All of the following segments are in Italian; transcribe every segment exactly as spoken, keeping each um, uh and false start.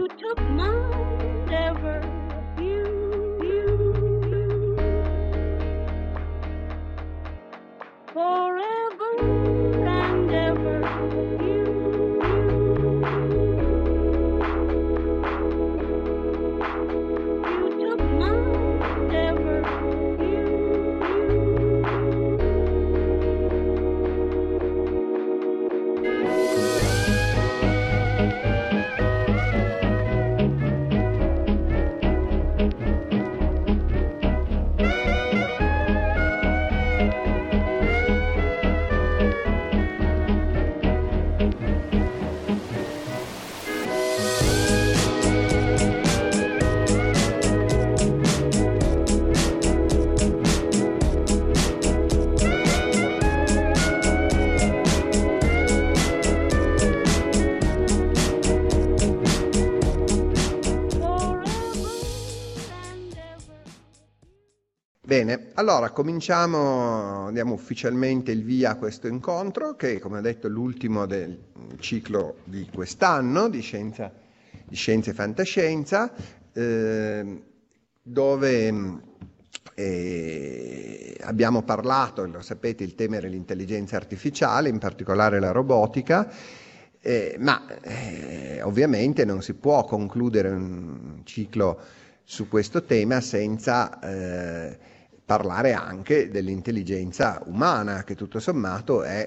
You took my ever you, you, you forever and ever you, you took my ever Bene, allora cominciamo, diamo ufficialmente il via a questo incontro che, come ho detto, è l'ultimo del ciclo di quest'anno di Scienza, di Scienza e Fantascienza, eh, dove eh, abbiamo parlato, lo sapete, il tema era l'intelligenza artificiale, in particolare la robotica, eh, ma eh, ovviamente non si può concludere un ciclo su questo tema senza eh, parlare anche dell'intelligenza umana, che tutto sommato è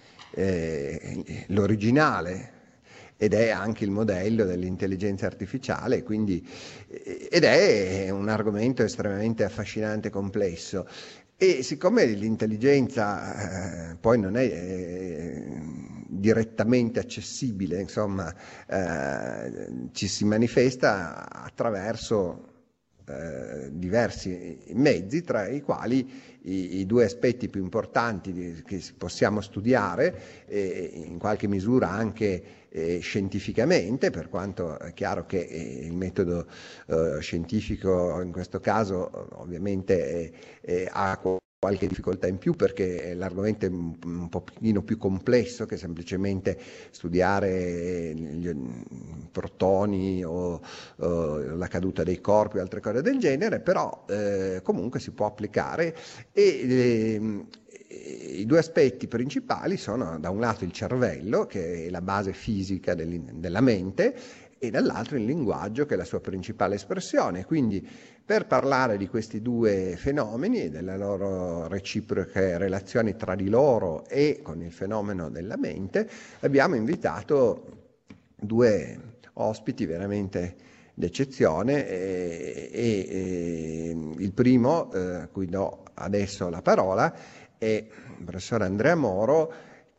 eh, l'originale ed è anche il modello dell'intelligenza artificiale, quindi, ed è un argomento estremamente affascinante e complesso. E siccome l'intelligenza eh, poi non è eh, direttamente accessibile, insomma, eh, ci si manifesta attraverso eh, diversi mezzi, tra i quali i, i due aspetti più importanti di, che possiamo studiare, eh, in qualche misura anche eh, scientificamente, per quanto è chiaro che eh, il metodo eh, scientifico in questo caso ovviamente è, è, ha qualche difficoltà in più perché l'argomento è un, un pochino più complesso che semplicemente studiare gli protoni o, o la caduta dei corpi o altre cose del genere, però eh, comunque si può applicare e eh, i due aspetti principali sono da un lato il cervello, che è la base fisica della mente, e dall'altro il linguaggio, che è la sua principale espressione. Quindi per parlare di questi due fenomeni e delle loro reciproche relazioni tra di loro e con il fenomeno della mente, abbiamo invitato due ospiti veramente d'eccezione e, e, e il primo, eh, a cui do adesso la parola, è il professor Andrea Moro,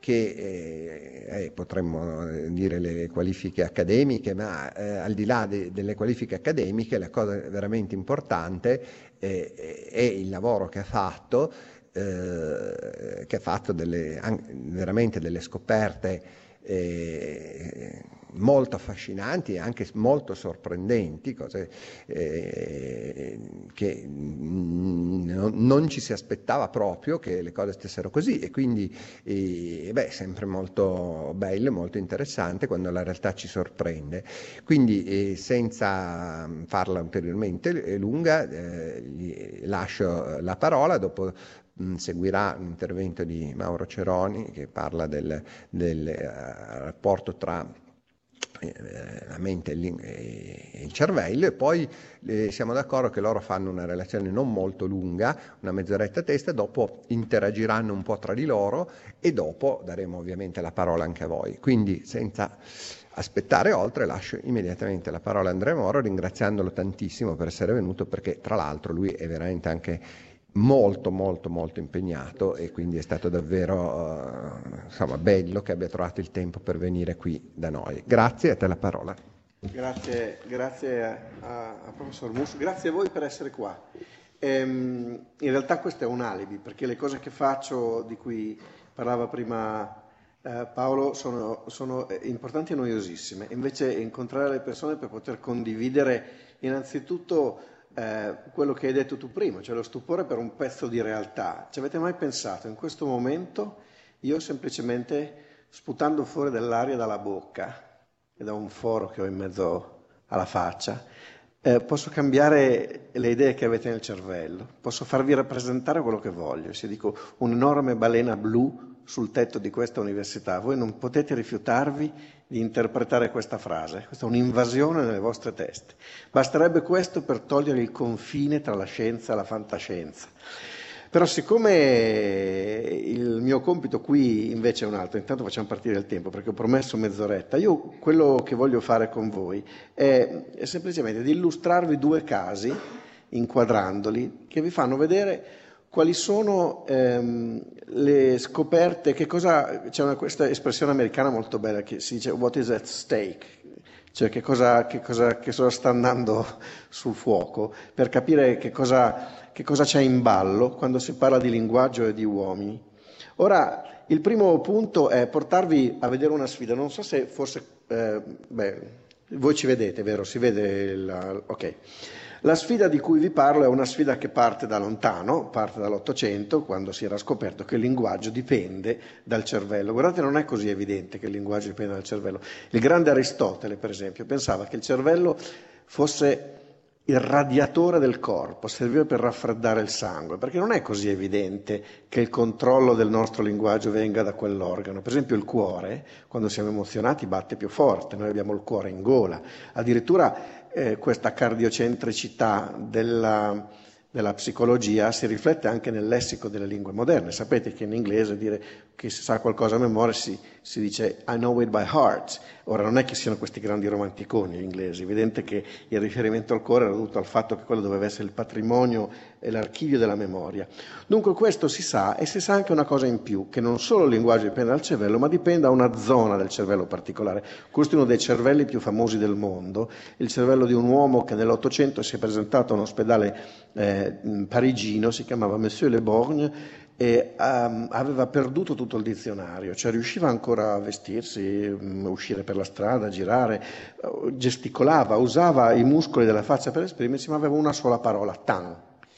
che eh, potremmo dire le qualifiche accademiche, ma eh, al di là de, delle qualifiche accademiche la cosa veramente importante eh, è il lavoro che ha fatto, eh, che ha fatto delle, veramente delle scoperte eh, molto affascinanti e anche molto sorprendenti, cose eh, che non, non ci si aspettava proprio che le cose stessero così, e quindi eh, beh, è sempre molto bello, molto interessante quando la realtà ci sorprende. Quindi eh, senza farla ulteriormente lunga, eh, gli lascio la parola. Dopo seguirà un intervento di Mauro Ceroni che parla del, del uh, rapporto tra eh, la mente e il cervello, e poi eh, siamo d'accordo che loro fanno una relazione non molto lunga, una mezz'oretta a testa, dopo interagiranno un po' tra di loro e dopo daremo ovviamente la parola anche a voi. Quindi senza aspettare oltre lascio immediatamente la parola a Andrea Moro, ringraziandolo tantissimo per essere venuto, perché tra l'altro lui è veramente anche molto molto molto impegnato e quindi è stato davvero uh, insomma bello che abbia trovato il tempo per venire qui da noi. Grazie, a te la parola. Grazie, grazie a, a, a professor Musso, grazie a voi per essere qua. Ehm, in realtà questo è un alibi, perché le cose che faccio, di cui parlava prima eh, Paolo, sono, sono importanti e noiosissime. Invece incontrare le persone per poter condividere innanzitutto Eh, quello che hai detto tu prima, cioè lo stupore per un pezzo di realtà. Ci avete mai pensato? In questo momento io semplicemente sputando fuori dell'aria dalla bocca e da un foro che ho in mezzo alla faccia, eh, posso cambiare le idee che avete nel cervello, posso farvi rappresentare quello che voglio. Se dico un'enorme balena blu sul tetto di questa università, voi non potete rifiutarvi di interpretare questa frase. Questa è un'invasione nelle vostre teste. Basterebbe questo per togliere il confine tra la scienza e la fantascienza. Però siccome il mio compito qui invece è un altro, intanto facciamo partire il tempo perché ho promesso mezz'oretta, io quello che voglio fare con voi è, è semplicemente di illustrarvi due casi, inquadrandoli, che vi fanno vedere quali sono ehm, le scoperte, che cosa, c'è una, questa espressione americana molto bella che si dice what is at stake, cioè che cosa, che cosa, che cosa sta andando sul fuoco, per capire che cosa, che cosa c'è in ballo quando si parla di linguaggio e di uomini. Ora, il primo punto è portarvi a vedere una sfida, non so se forse, eh, beh, voi ci vedete, vero? Si vede, la, ok. La sfida di cui vi parlo è una sfida che parte da lontano, parte dall'Ottocento, quando si era scoperto che il linguaggio dipende dal cervello. Guardate, non è così evidente che il linguaggio dipende dal cervello. Il grande Aristotele, per esempio, pensava che il cervello fosse il radiatore del corpo, serviva per raffreddare il sangue, perché non è così evidente che il controllo del nostro linguaggio venga da quell'organo. Per esempio il cuore, quando siamo emozionati, batte più forte, noi abbiamo il cuore in gola. Addirittura Eh, questa cardiocentricità della, della psicologia si riflette anche nel lessico delle lingue moderne. Sapete che in inglese dire che si sa qualcosa a memoria si, si dice I know it by heart. Ora non è che siano questi grandi romanticoni gli inglesi, è evidente che il riferimento al cuore era dovuto al fatto che quello doveva essere il patrimonio e l'archivio della memoria. Dunque questo si sa, e si sa anche una cosa in più, che non solo il linguaggio dipende dal cervello, ma dipende da una zona del cervello particolare. Questo è uno dei cervelli più famosi del mondo, il cervello di un uomo che nell'Ottocento si è presentato a un ospedale eh, parigino, si chiamava Monsieur Le Borgne, e um, aveva perduto tutto il dizionario, cioè riusciva ancora a vestirsi, um, uscire per la strada, girare, uh, gesticolava, usava i muscoli della faccia per esprimersi, ma aveva una sola parola, tan.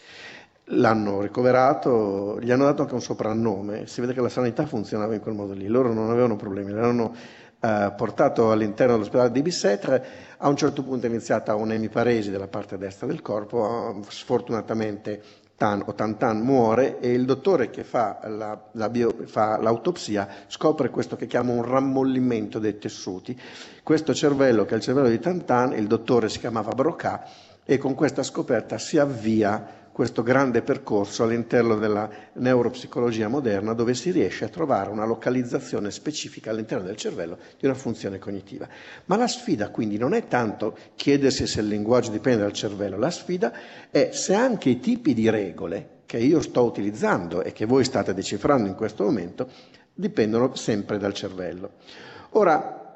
L'hanno ricoverato, gli hanno dato anche un soprannome, si vede che la sanità funzionava in quel modo lì, loro non avevano problemi, l'hanno uh, portato all'interno dell'ospedale di Bicêtre. A un certo punto è iniziata un'emiparesi della parte destra del corpo, uh, sfortunatamente Tan o Tantan muore e il dottore che fa, la, la bio, fa l'autopsia scopre questo che chiama un rammollimento dei tessuti. Questo cervello, che è il cervello di Tantan, il dottore si chiamava Broca, e con questa scoperta si avvia questo grande percorso all'interno della neuropsicologia moderna, dove si riesce a trovare una localizzazione specifica all'interno del cervello di una funzione cognitiva. Ma la sfida quindi non è tanto chiedersi se il linguaggio dipende dal cervello, la sfida è se anche i tipi di regole che io sto utilizzando e che voi state decifrando in questo momento dipendono sempre dal cervello. Ora,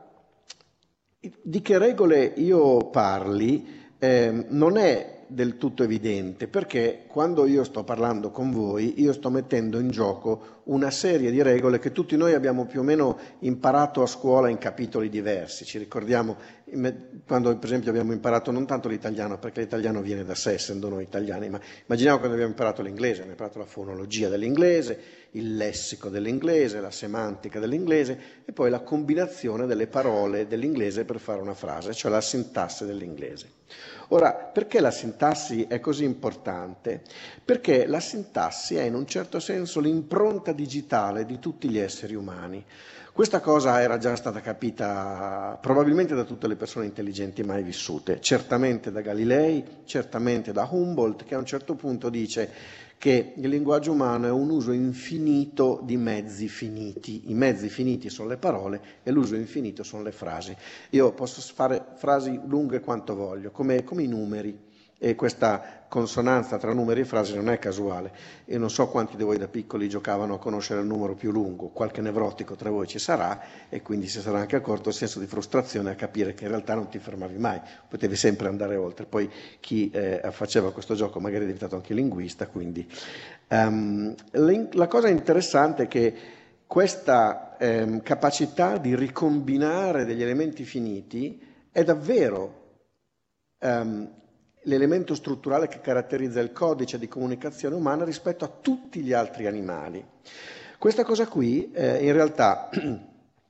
di che regole io parli eh, non è del tutto evidente, perché quando io sto parlando con voi io sto mettendo in gioco una serie di regole che tutti noi abbiamo più o meno imparato a scuola in capitoli diversi. Ci ricordiamo quando per esempio abbiamo imparato non tanto l'italiano, perché l'italiano viene da sé essendo noi italiani, ma immaginiamo quando abbiamo imparato l'inglese, abbiamo imparato la fonologia dell'inglese, il lessico dell'inglese, la semantica dell'inglese e poi la combinazione delle parole dell'inglese per fare una frase, cioè la sintassi dell'inglese. Ora, perché la sintassi è così importante? Perché la sintassi è in un certo senso l'impronta digitale di tutti gli esseri umani. Questa cosa era già stata capita probabilmente da tutte le persone intelligenti mai vissute, certamente da Galilei, certamente da Humboldt, che a un certo punto dice che il linguaggio umano è un uso infinito di mezzi finiti. I mezzi finiti sono le parole e l'uso infinito sono le frasi. Io posso fare frasi lunghe quanto voglio, come, come i numeri. E questa consonanza tra numeri e frasi non è casuale. Io non so quanti di voi da piccoli giocavano a conoscere il numero più lungo, qualche nevrotico tra voi ci sarà e quindi si sarà anche accorto il senso di frustrazione a capire che in realtà non ti fermavi mai, potevi sempre andare oltre. Poi chi eh, faceva questo gioco magari è diventato anche linguista, quindi um, la cosa interessante è che questa eh, capacità di ricombinare degli elementi finiti è davvero um, l'elemento strutturale che caratterizza il codice di comunicazione umana rispetto a tutti gli altri animali. Questa cosa qui eh, in realtà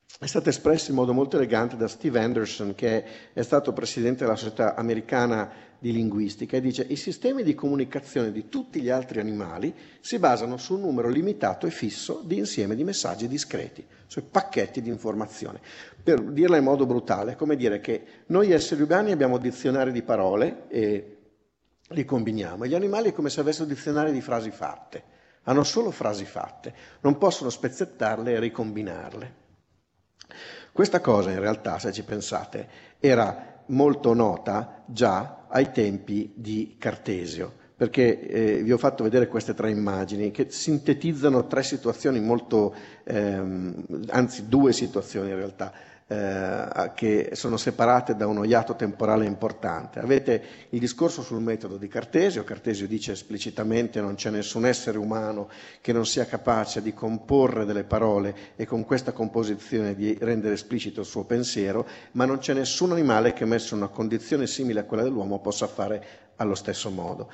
è stata espressa in modo molto elegante da Steve Anderson, che è stato presidente della Società Americana di Linguistica, e dice: i sistemi di comunicazione di tutti gli altri animali si basano su un numero limitato e fisso di insieme di messaggi discreti, sui pacchetti di informazione. Per dirla in modo brutale, è come dire che noi esseri umani abbiamo dizionari di parole e li combiniamo, e gli animali è come se avessero dizionari di frasi fatte, hanno solo frasi fatte, non possono spezzettarle e ricombinarle. Questa cosa in realtà, se ci pensate, era molto nota già ai tempi di Cartesio, perché eh, vi ho fatto vedere queste tre immagini che sintetizzano tre situazioni molto, ehm, anzi due situazioni in realtà, eh, che sono separate da uno iato temporale importante. Avete il discorso sul metodo di Cartesio. Cartesio dice esplicitamente: non c'è nessun essere umano che non sia capace di comporre delle parole e con questa composizione di rendere esplicito il suo pensiero, ma non c'è nessun animale che, messo in una condizione simile a quella dell'uomo, possa fare allo stesso modo.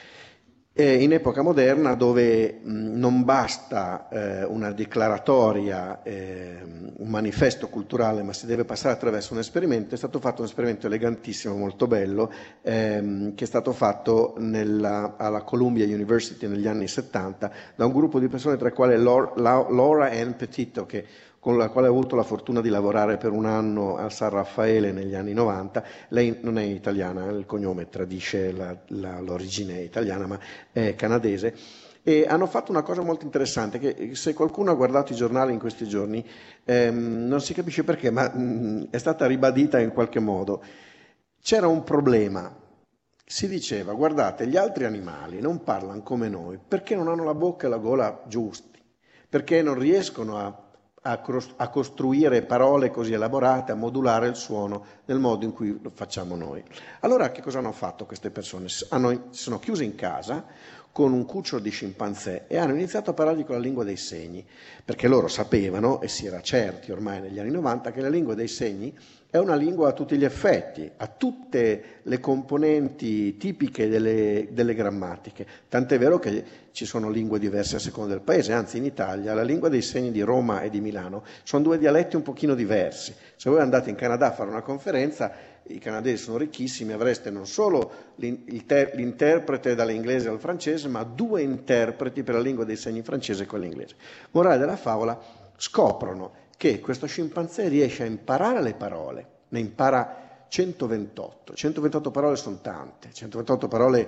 E in epoca moderna, dove mh, non basta eh, una declaratoria, eh, un manifesto culturale, ma si deve passare attraverso un esperimento, è stato fatto un esperimento elegantissimo, molto bello, ehm, che è stato fatto nella, alla Columbia University negli anni settanta da un gruppo di persone, tra le quali Laura, Laura Ann Petitto, che con la quale ho avuto la fortuna di lavorare per un anno a San Raffaele negli anni novanta. Lei non è italiana, il cognome tradisce la, la, l'origine italiana, ma è canadese. E hanno fatto una cosa molto interessante, che se qualcuno ha guardato i giornali in questi giorni, ehm, non si capisce perché, ma mh, è stata ribadita in qualche modo. C'era un problema. Si diceva: guardate, gli altri animali non parlano come noi perché non hanno la bocca e la gola giusti, perché non riescono a a costruire parole così elaborate, a modulare il suono nel modo in cui lo facciamo noi. Allora che cosa hanno fatto queste persone? Hanno, si sono chiuse in casa con un cucciolo di scimpanzé e hanno iniziato a parlargli con la lingua dei segni, perché loro sapevano, e si era certi ormai negli anni novanta, che la lingua dei segni è una lingua a tutti gli effetti, ha tutte le componenti tipiche delle, delle grammatiche, tant'è vero che ci sono lingue diverse a seconda del paese. Anzi, in Italia la lingua dei segni di Roma e di Milano sono due dialetti un pochino diversi. Se voi andate in Canada a fare una conferenza, i canadesi sono ricchissimi, avreste non solo l'interprete dall'inglese al francese, ma due interpreti per la lingua dei segni francese e quella inglese. Morale della favola: scoprono che questo scimpanzé riesce a imparare le parole, ne impara centoventotto. centoventotto parole sono tante, centoventotto parole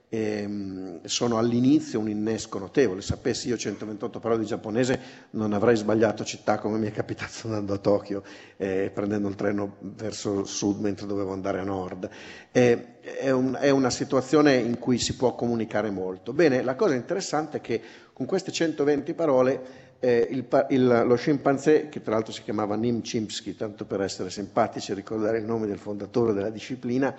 ehm, sono all'inizio un innesco notevole. Sapessi io centoventotto parole di giapponese, non avrei sbagliato città, come mi è capitato andando a Tokyo, eh, prendendo il treno verso sud mentre dovevo andare a nord. Eh, è, un, è una situazione in cui si può comunicare molto. Bene, la cosa interessante è che con queste centoventi parole Eh, il, il, lo scimpanzé, che tra l'altro si chiamava Nim Chimpsky, tanto per essere simpatici e ricordare il nome del fondatore della disciplina,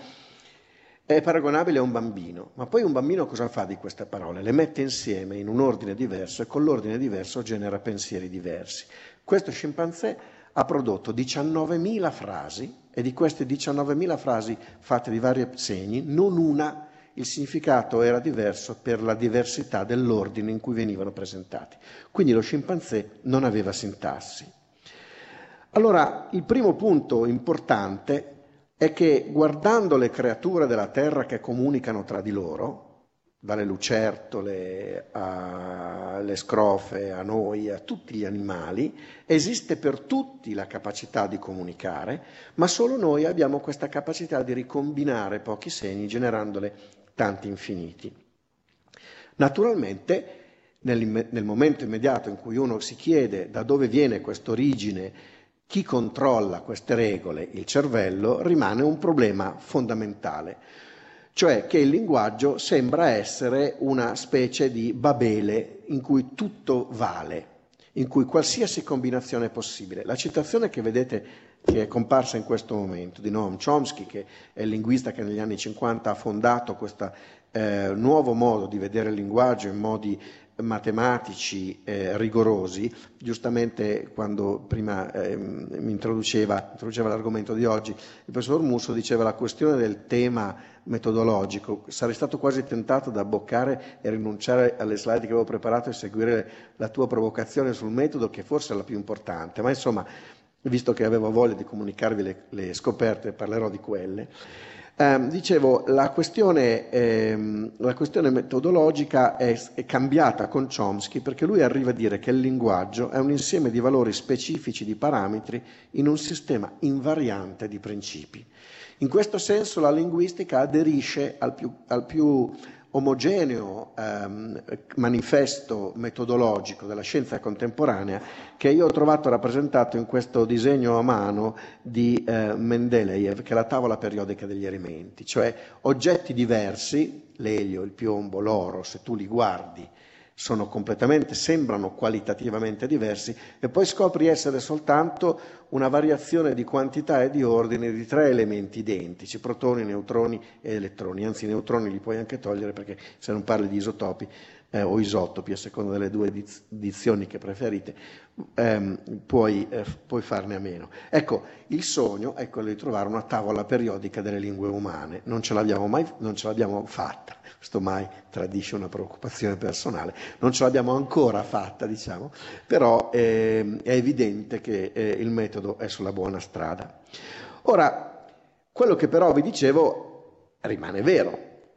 è paragonabile a un bambino. Ma poi un bambino cosa fa di queste parole? Le mette insieme in un ordine diverso e con l'ordine diverso genera pensieri diversi. Questo scimpanzé ha prodotto diciannovemila frasi, e di queste diciannovemila frasi fatte di vari segni, non una il significato era diverso per la diversità dell'ordine in cui venivano presentati. Quindi lo scimpanzé non aveva sintassi. Allora, il primo punto importante è che, guardando le creature della terra che comunicano tra di loro, dalle lucertole alle scrofe, a noi, a tutti gli animali, esiste per tutti la capacità di comunicare, ma solo noi abbiamo questa capacità di ricombinare pochi segni generandole tanti infiniti. Naturalmente, nel, nel momento immediato in cui uno si chiede da dove viene questa origine, chi controlla queste regole, il cervello, rimane un problema fondamentale, cioè che il linguaggio sembra essere una specie di Babele in cui tutto vale, in cui qualsiasi combinazione è possibile. La citazione che vedete che è comparsa in questo momento di Noam Chomsky, che è il linguista che negli anni cinquanta ha fondato questo eh, nuovo modo di vedere il linguaggio in modi matematici eh, rigorosi. Giustamente, quando prima eh, mi introduceva, introduceva l'argomento di oggi, il professor Musso diceva la questione del tema metodologico. Sarei stato quasi tentato da abboccare e rinunciare alle slide che avevo preparato e seguire la tua provocazione sul metodo, che forse è la più importante, ma insomma visto che avevo voglia di comunicarvi le, le scoperte, parlerò di quelle. Eh, dicevo, la questione, ehm, la questione metodologica è, è cambiata con Chomsky, perché lui arriva a dire che il linguaggio è un insieme di valori specifici di parametri in un sistema invariante di principi. In questo senso la linguistica aderisce al più, al più omogeneo ehm, manifesto metodologico della scienza contemporanea che io ho trovato rappresentato in questo disegno a mano di eh, Mendeleev, che è la tavola periodica degli elementi, cioè oggetti diversi, l'elio, il piombo, l'oro, se tu li guardi sono completamente, sembrano qualitativamente diversi, e poi scopri essere soltanto una variazione di quantità e di ordine di tre elementi identici, protoni, neutroni e elettroni. Anzi, i neutroni li puoi anche togliere, perché se non parli di isotopi eh, o isotopi, a seconda delle due diz- dizioni che preferite, ehm, puoi, eh, puoi farne a meno. Ecco, il sogno è quello di trovare una tavola periodica delle lingue umane. Non ce l'abbiamo mai, non ce l'abbiamo fatta. Questo mai tradisce una preoccupazione personale, non ce l'abbiamo ancora fatta, diciamo, però eh, è evidente che eh, il metodo è sulla buona strada. Ora, quello che però vi dicevo rimane vero.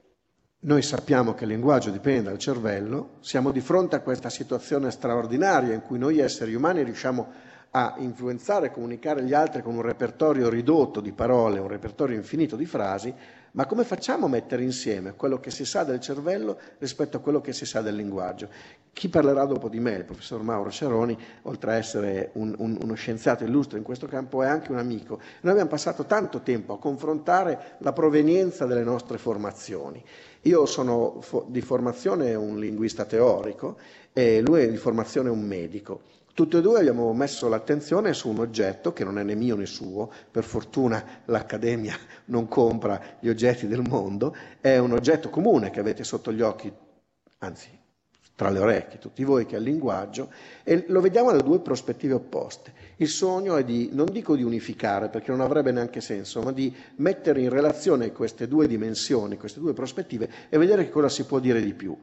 Noi sappiamo che il linguaggio dipende dal cervello, siamo di fronte a questa situazione straordinaria in cui noi esseri umani riusciamo a influenzare e comunicare agli altri con un repertorio ridotto di parole, un repertorio infinito di frasi, ma come facciamo a mettere insieme quello che si sa del cervello rispetto a quello che si sa del linguaggio? Chi parlerà dopo di me, il professor Mauro Ceroni, oltre a essere un, un, uno scienziato illustre in questo campo, è anche un amico. Noi abbiamo passato tanto tempo a confrontare la provenienza delle nostre formazioni. Io sono fo- di formazione un linguista teorico e lui è di formazione un medico. Tutti e due abbiamo messo l'attenzione su un oggetto che non è né mio né suo, per fortuna l'Accademia non compra gli oggetti del mondo, è un oggetto comune che avete sotto gli occhi, anzi tra le orecchie, tutti voi, che è il linguaggio, e lo vediamo da due prospettive opposte. Il sogno è di, non dico di unificare, perché non avrebbe neanche senso, ma di mettere in relazione queste due dimensioni, queste due prospettive, e vedere che cosa si può dire di più.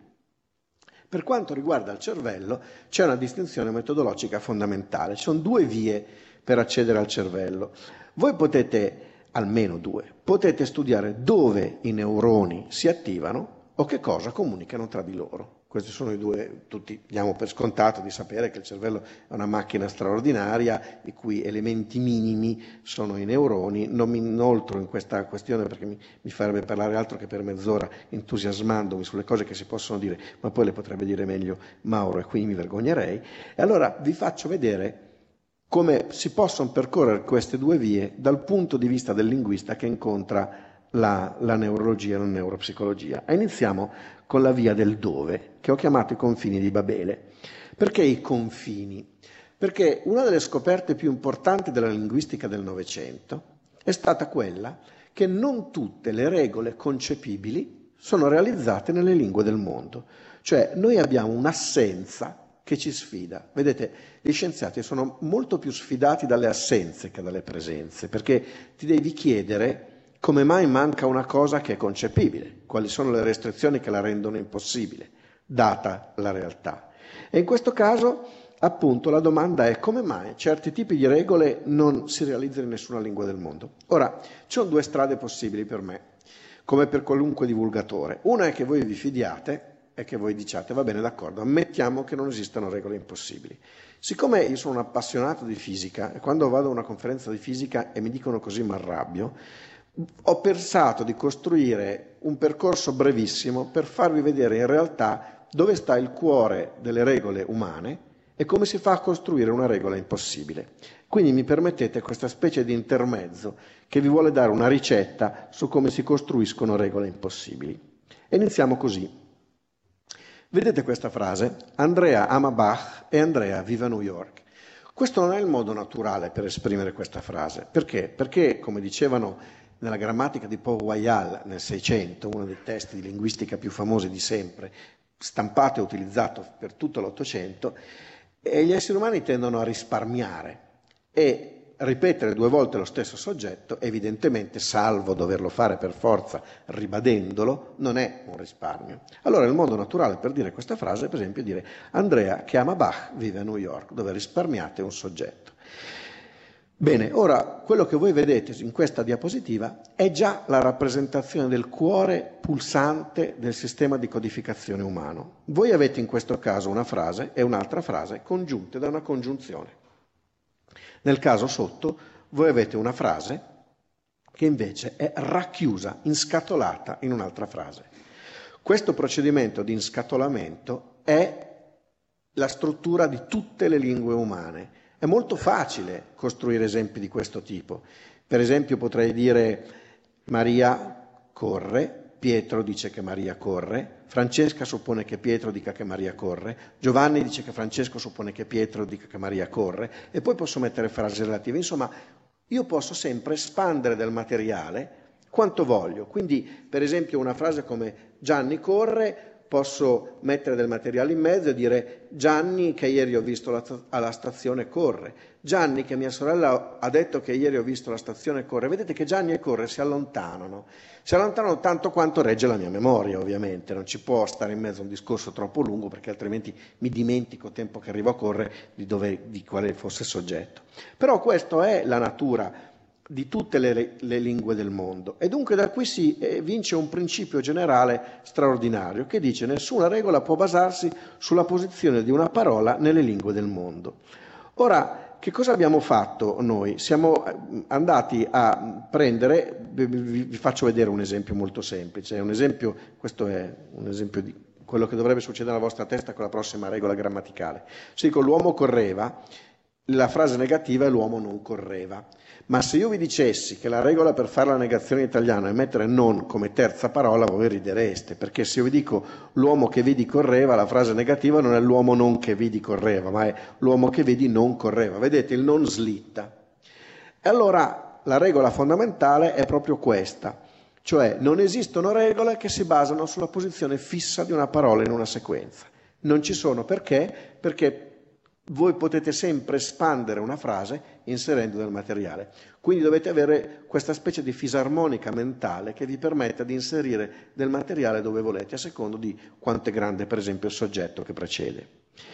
Per quanto riguarda il cervello, c'è una distinzione metodologica fondamentale. Ci sono due vie per accedere al cervello. Voi potete, almeno due, potete studiare dove i neuroni si attivano o che cosa comunicano tra di loro. Questi sono i due, tutti diamo per scontato di sapere che il cervello è una macchina straordinaria, i cui elementi minimi sono i neuroni. Non mi inoltro in questa questione perché mi, mi farebbe parlare altro che per mezz'ora entusiasmandomi sulle cose che si possono dire, ma poi le potrebbe dire meglio Mauro e qui mi vergognerei. E allora vi faccio vedere come si possono percorrere queste due vie dal punto di vista del linguista che incontra la, la neurologia e la neuropsicologia. E iniziamo con la via del dove, che ho chiamato i confini di Babele. Perché i confini? Perché una delle scoperte più importanti della linguistica del Novecento è stata quella che non tutte le regole concepibili sono realizzate nelle lingue del mondo. Cioè noi abbiamo un'assenza che ci sfida. Vedete, gli scienziati sono molto più sfidati dalle assenze che dalle presenze, perché ti devi chiedere come mai manca una cosa che è concepibile, quali sono le restrizioni che la rendono impossibile, data la realtà. E in questo caso, appunto, la domanda è come mai certi tipi di regole non si realizzano in nessuna lingua del mondo. Ora, ci sono due strade possibili per me, come per qualunque divulgatore. Una è che voi vi fidiate e che voi diciate, va bene, d'accordo, ammettiamo che non esistano regole impossibili. Siccome io sono un appassionato di fisica e quando vado a una conferenza di fisica e mi dicono così mi arrabbio, ho pensato di costruire un percorso brevissimo per farvi vedere in realtà dove sta il cuore delle regole umane e come si fa a costruire una regola impossibile. Quindi mi permettete questa specie di intermezzo che vi vuole dare una ricetta su come si costruiscono regole impossibili. E iniziamo così. Vedete questa frase? Andrea ama Bach e Andrea vive a New York. Questo non è il modo naturale per esprimere questa frase. Perché? Perché, come dicevano nella grammatica di Paul Wajal nel Seicento, uno dei testi di linguistica più famosi di sempre, stampato e utilizzato per tutto l'Ottocento, e gli esseri umani tendono a risparmiare e ripetere due volte lo stesso soggetto, evidentemente, salvo doverlo fare per forza ribadendolo, non è un risparmio. Allora il modo naturale per dire questa frase è per esempio dire Andrea che ama Bach vive a New York, dove risparmiate un soggetto. Bene, ora quello che voi vedete in questa diapositiva è già la rappresentazione del cuore pulsante del sistema di codificazione umano. Voi avete in questo caso una frase e un'altra frase congiunte da una congiunzione. Nel caso sotto voi avete una frase che invece è racchiusa, inscatolata in un'altra frase. Questo procedimento di inscatolamento è la struttura di tutte le lingue umane. È molto facile costruire esempi di questo tipo. Per esempio potrei dire Maria corre, Pietro dice che Maria corre, Francesca suppone che Pietro dica che Maria corre, Giovanni dice che Francesco suppone che Pietro dica che Maria corre, e poi posso mettere frasi relative. Insomma, io posso sempre espandere del materiale quanto voglio. Quindi, per esempio, una frase come Gianni corre, posso mettere del materiale in mezzo e dire Gianni che ieri ho visto la, alla stazione corre, Gianni che mia sorella ha detto che ieri ho visto la stazione corre. Vedete che Gianni e corre si allontanano, si allontanano tanto quanto regge la mia memoria, ovviamente, non ci può stare in mezzo un discorso troppo lungo perché altrimenti mi dimentico tempo che arrivo a correre di, dove, di quale fosse il soggetto. Però questa è la natura di tutte le, le lingue del mondo, e dunque da qui si eh, vince un principio generale straordinario che dice: nessuna regola può basarsi sulla posizione di una parola nelle lingue del mondo. Ora, che cosa abbiamo fatto noi? Siamo andati a prendere, vi, vi faccio vedere un esempio molto semplice, un esempio, questo è un esempio di quello che dovrebbe succedere nella vostra testa con la prossima regola grammaticale. Se dico l'uomo correva, la frase negativa è l'uomo non correva. Ma se io vi dicessi che la regola per fare la negazione in italiano è mettere non come terza parola, voi ridereste, perché se io vi dico l'uomo che vedi correva, la frase negativa non è l'uomo non che vedi correva, ma è l'uomo che vedi non correva. Vedete, il non slitta. E allora la regola fondamentale è proprio questa, cioè non esistono regole che si basano sulla posizione fissa di una parola in una sequenza. Non ci sono. Perché? Perché voi potete sempre espandere una frase inserendo del materiale. Quindi dovete avere questa specie di fisarmonica mentale che vi permetta di inserire del materiale dove volete, a secondo di quanto è grande, per esempio, il soggetto che precede.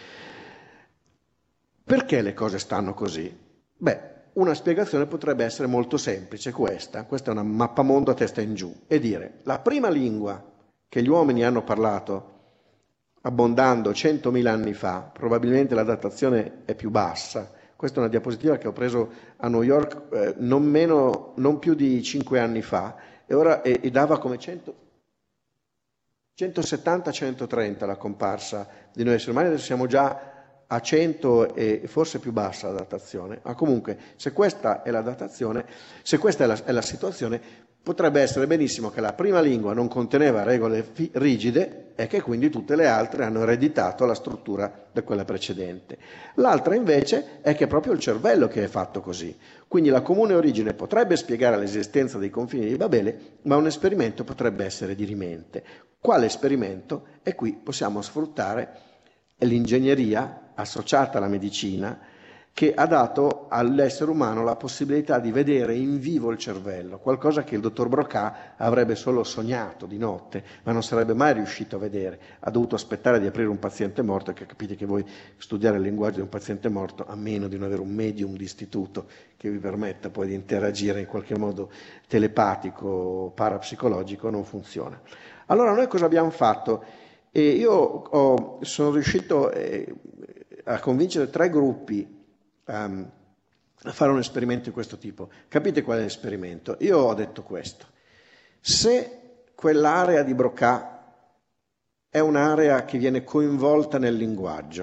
Perché le cose stanno così? Beh, una spiegazione potrebbe essere molto semplice, questa. Questa è una mappamondo a testa in giù. E dire, la prima lingua che gli uomini hanno parlato abbondando centomila anni fa, probabilmente la datazione è più bassa. Questa è una diapositiva che ho preso a New York eh, non, meno, non più di cinque anni fa, e ora e, e dava come cento, centosettanta centotrenta la comparsa di noi esseri umani. Adesso siamo già a cento e forse più bassa la datazione. Ma comunque, se questa è la datazione, se questa è la, è la situazione, potrebbe essere benissimo che la prima lingua non conteneva regole fi- rigide e che quindi tutte le altre hanno ereditato la struttura da quella precedente. L'altra invece è che è proprio il cervello che è fatto così. Quindi la comune origine potrebbe spiegare l'esistenza dei confini di Babele, ma un esperimento potrebbe essere dirimente. Quale esperimento? E qui possiamo sfruttare l'ingegneria associata alla medicina, che ha dato all'essere umano la possibilità di vedere in vivo il cervello, qualcosa che il dottor Broca avrebbe solo sognato di notte, ma non sarebbe mai riuscito a vedere. Ha dovuto aspettare di aprire un paziente morto, che capite che voi studiare il linguaggio di un paziente morto, a meno di non avere un medium di istituto che vi permetta poi di interagire in qualche modo telepatico o parapsicologico, non funziona. Allora noi cosa abbiamo fatto? E io ho, sono riuscito eh, a convincere tre gruppi Um, a fare un esperimento di questo tipo. Capite qual è l'esperimento? Io ho detto questo: se quell'area di Broca è un'area che viene coinvolta nel linguaggio,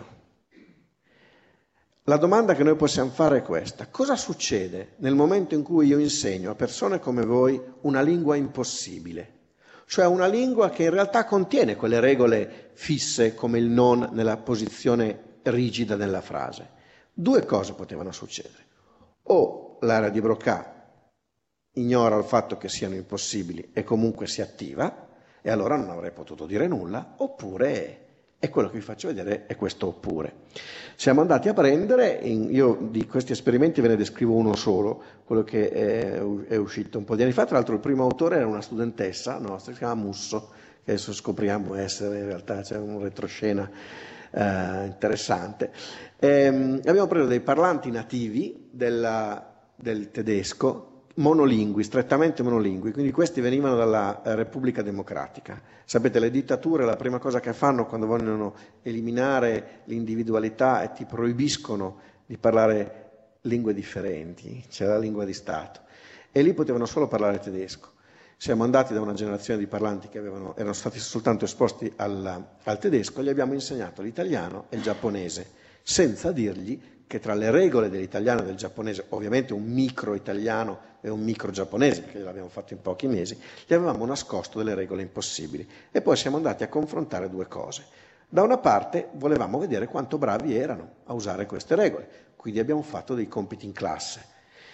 la domanda che noi possiamo fare è questa: cosa succede nel momento in cui io insegno a persone come voi una lingua impossibile? Cioè una lingua che in realtà contiene quelle regole fisse come il non nella posizione rigida della frase. Due cose potevano succedere: o l'area di Broca ignora il fatto che siano impossibili e comunque si attiva, e allora non avrei potuto dire nulla, oppure, e quello che vi faccio vedere è questo oppure. Siamo andati a prendere, in, io di questi esperimenti ve ne descrivo uno solo, quello che è, è uscito un po' di anni fa. Tra l'altro il primo autore era una studentessa nostra, si chiama Musso, che adesso scopriamo essere, in realtà c'è un retroscena eh, interessante. Ehm, abbiamo preso dei parlanti nativi della, del tedesco, monolingui, strettamente monolingui, quindi questi venivano dalla Repubblica Democratica. Sapete, le dittature la prima cosa che fanno quando vogliono eliminare l'individualità è ti proibiscono di parlare lingue differenti, c'è la lingua di Stato, e lì potevano solo parlare tedesco. Siamo andati da una generazione di parlanti che avevano, erano stati soltanto esposti al, al tedesco, gli abbiamo insegnato l'italiano e il giapponese, senza dirgli che tra le regole dell'italiano e del giapponese, ovviamente un micro italiano e un micro giapponese, perché l'abbiamo fatto in pochi mesi, gli avevamo nascosto delle regole impossibili. E poi siamo andati a confrontare due cose. Da una parte volevamo vedere quanto bravi erano a usare queste regole, quindi abbiamo fatto dei compiti in classe.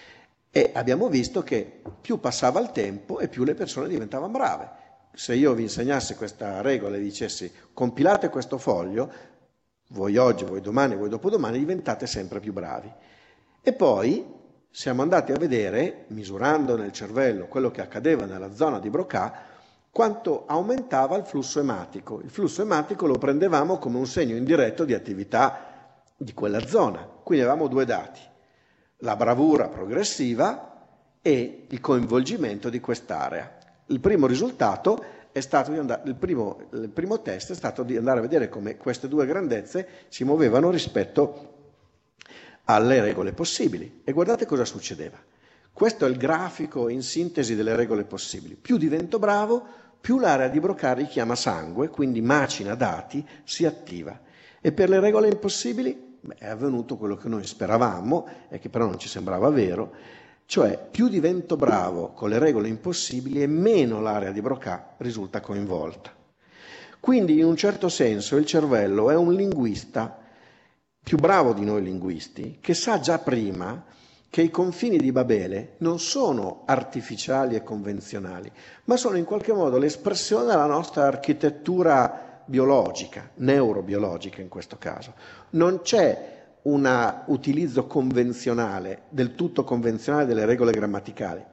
E abbiamo visto che più passava il tempo e più le persone diventavano brave. Se io vi insegnassi questa regola e dicessi compilate questo foglio, voi oggi, voi domani, voi dopodomani diventate sempre più bravi. E poi siamo andati a vedere, misurando nel cervello quello che accadeva nella zona di Broca, quanto aumentava il flusso ematico. Il flusso ematico lo prendevamo come un segno indiretto di attività di quella zona. Quindi avevamo due dati: la bravura progressiva e il coinvolgimento di quest'area. Il primo risultato è stato di andare, il primo, il primo test è stato di andare a vedere come queste due grandezze si muovevano rispetto alle regole possibili. E guardate cosa succedeva. Questo è il grafico in sintesi delle regole possibili. Più divento bravo, più l'area di Broca richiama sangue, quindi macina dati, si attiva. E per le regole impossibili beh, è avvenuto quello che noi speravamo e che però non ci sembrava vero, cioè più divento bravo con le regole impossibili e meno l'area di Broca risulta coinvolta. Quindi in un certo senso il cervello è un linguista più bravo di noi linguisti, che sa già prima che i confini di Babele non sono artificiali e convenzionali, ma sono in qualche modo l'espressione della nostra architettura biologica, neurobiologica in questo caso. Non c'è un utilizzo convenzionale, del tutto convenzionale delle regole grammaticali.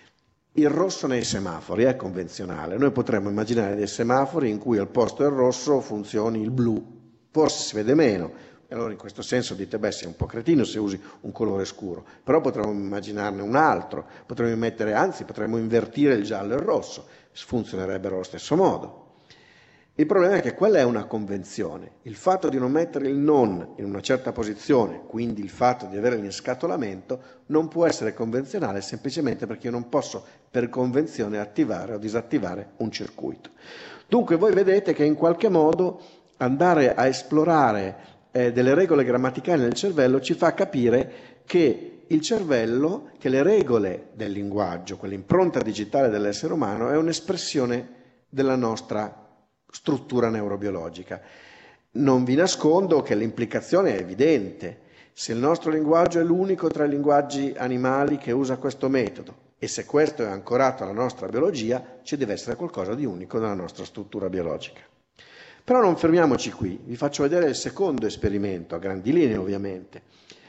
Il rosso nei semafori è convenzionale. Noi potremmo immaginare dei semafori in cui al posto del rosso funzioni il blu. Forse si vede meno. E allora in questo senso dite, beh, sei un po' cretino se usi un colore scuro. Però potremmo immaginarne un altro. Potremmo mettere, anzi, potremmo invertire il giallo e il rosso. Funzionerebbero allo stesso modo. Il problema è che quella è una convenzione. Il fatto di non mettere il non in una certa posizione, quindi il fatto di avere l'inscatolamento, non può essere convenzionale semplicemente perché io non posso per convenzione attivare o disattivare un circuito. Dunque voi vedete che in qualche modo andare a esplorare eh, delle regole grammaticali nel cervello ci fa capire che il cervello, che le regole del linguaggio, quell'impronta digitale dell'essere umano, è un'espressione della nostra struttura neurobiologica. Non vi nascondo che l'implicazione è evidente. Se il nostro linguaggio è l'unico tra i linguaggi animali che usa questo metodo e se questo è ancorato alla nostra biologia, ci deve essere qualcosa di unico nella nostra struttura biologica. Però non fermiamoci qui, vi faccio vedere il secondo esperimento, a grandi linee ovviamente,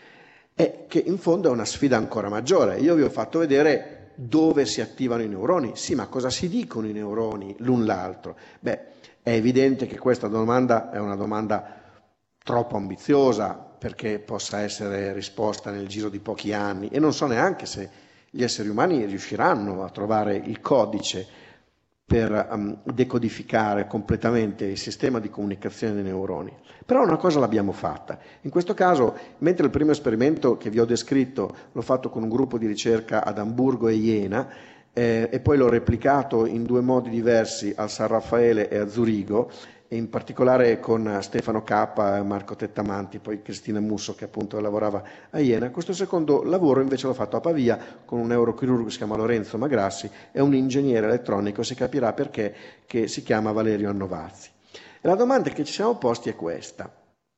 e che in fondo è una sfida ancora maggiore. Io vi ho fatto vedere dove si attivano i neuroni. Sì, ma cosa si dicono i neuroni l'un l'altro? Beh, è evidente che questa domanda è una domanda troppo ambiziosa perché possa essere risposta nel giro di pochi anni e non so neanche se gli esseri umani riusciranno a trovare il codice per um, decodificare completamente il sistema di comunicazione dei neuroni. Però una cosa l'abbiamo fatta. In questo caso, mentre il primo esperimento che vi ho descritto l'ho fatto con un gruppo di ricerca ad Amburgo e Jena, eh, e poi l'ho replicato in due modi diversi a San Raffaele e a Zurigo, e in particolare con Stefano Cappa, Marco Tettamanti, poi Cristina Musso che appunto lavorava a Iena. Questo secondo lavoro invece l'ho fatto a Pavia con un neurochirurgo che si chiama Lorenzo Magrassi e un ingegnere elettronico, si capirà perché, che si chiama Valerio Annovazzi. E la domanda che ci siamo posti è questa: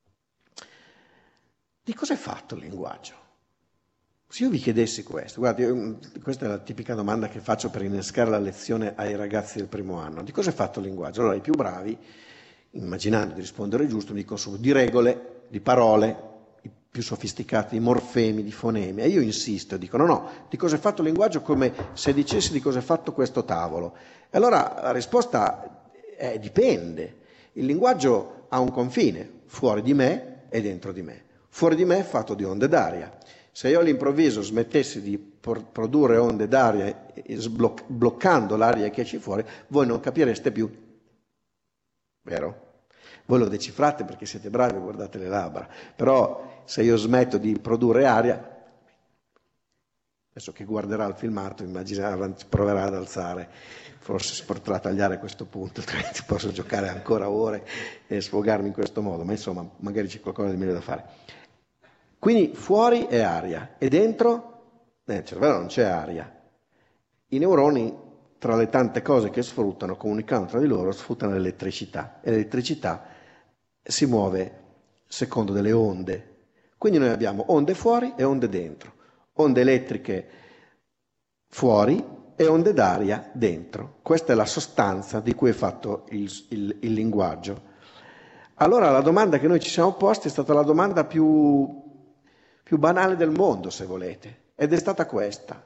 di cosa è fatto il linguaggio? Se io vi chiedessi questo, guardi, io, questa è la tipica domanda che faccio per innescare la lezione ai ragazzi del primo anno: di cosa è fatto il linguaggio? Allora i più bravi, immaginando di rispondere giusto, mi dicono subito di regole, di parole, i più sofisticati, di morfemi, di fonemi. E io insisto e dico no, no, di cosa è fatto il linguaggio come se dicessi di cosa è fatto questo tavolo. E allora la risposta è dipende. Il linguaggio ha un confine, fuori di me e dentro di me. Fuori di me è fatto di onde d'aria. Se io all'improvviso smettessi di por- produrre onde d'aria, e sbloc- bloccando l'aria che esce fuori, voi non capireste più, vero? Voi lo decifrate perché siete bravi, guardate le labbra, però se io smetto di produrre aria, adesso chi guarderà il filmato immaginerà, proverà ad alzare, forse si potrà tagliare questo punto, altrimenti posso giocare ancora ore e sfogarmi in questo modo, ma insomma magari c'è qualcosa di meglio da fare. Quindi fuori è aria e dentro nel cervello non c'è aria. I neuroni, tra le tante cose che sfruttano, comunicando tra di loro, sfruttano l'elettricità e l'elettricità si muove secondo delle onde. Quindi noi abbiamo onde fuori e onde dentro, onde elettriche fuori e onde d'aria dentro. Questa è la sostanza di cui è fatto il, il, il linguaggio. Allora la domanda che noi ci siamo posti è stata la domanda più, più banale del mondo, se volete, ed è stata questa.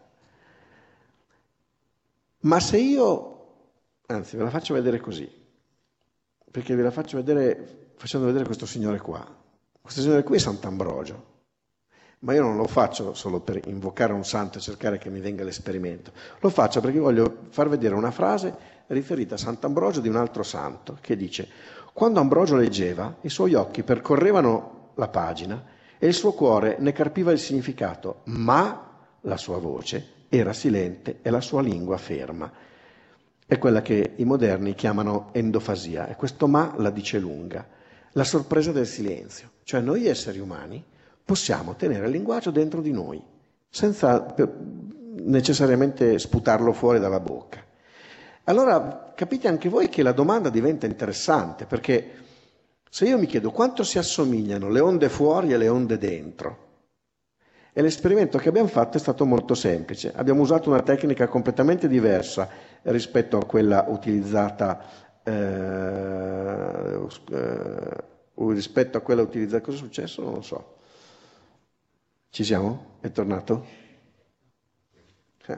Ma se io, anzi ve la faccio vedere così, perché ve la faccio vedere facendo vedere questo signore qua. Questo signore qui è Sant'Ambrogio, ma io non lo faccio solo per invocare un santo e cercare che mi venga l'esperimento, lo faccio perché voglio far vedere una frase riferita a Sant'Ambrogio di un altro santo, che dice: quando Ambrogio leggeva, i suoi occhi percorrevano la pagina e il suo cuore ne carpiva il significato, ma la sua voce era silente e la sua lingua ferma. È quella che i moderni chiamano endofasia, e questo ma la dice lunga. La sorpresa del silenzio, cioè noi esseri umani possiamo tenere il linguaggio dentro di noi, senza necessariamente sputarlo fuori dalla bocca. Allora capite anche voi che la domanda diventa interessante, perché se io mi chiedo quanto si assomigliano le onde fuori e le onde dentro, e l'esperimento che abbiamo fatto è stato molto semplice. Abbiamo usato una tecnica completamente diversa rispetto a quella utilizzata eh, eh, rispetto a quella utilizzata. Cosa è successo? Non lo so. Ci siamo? È tornato? Eh.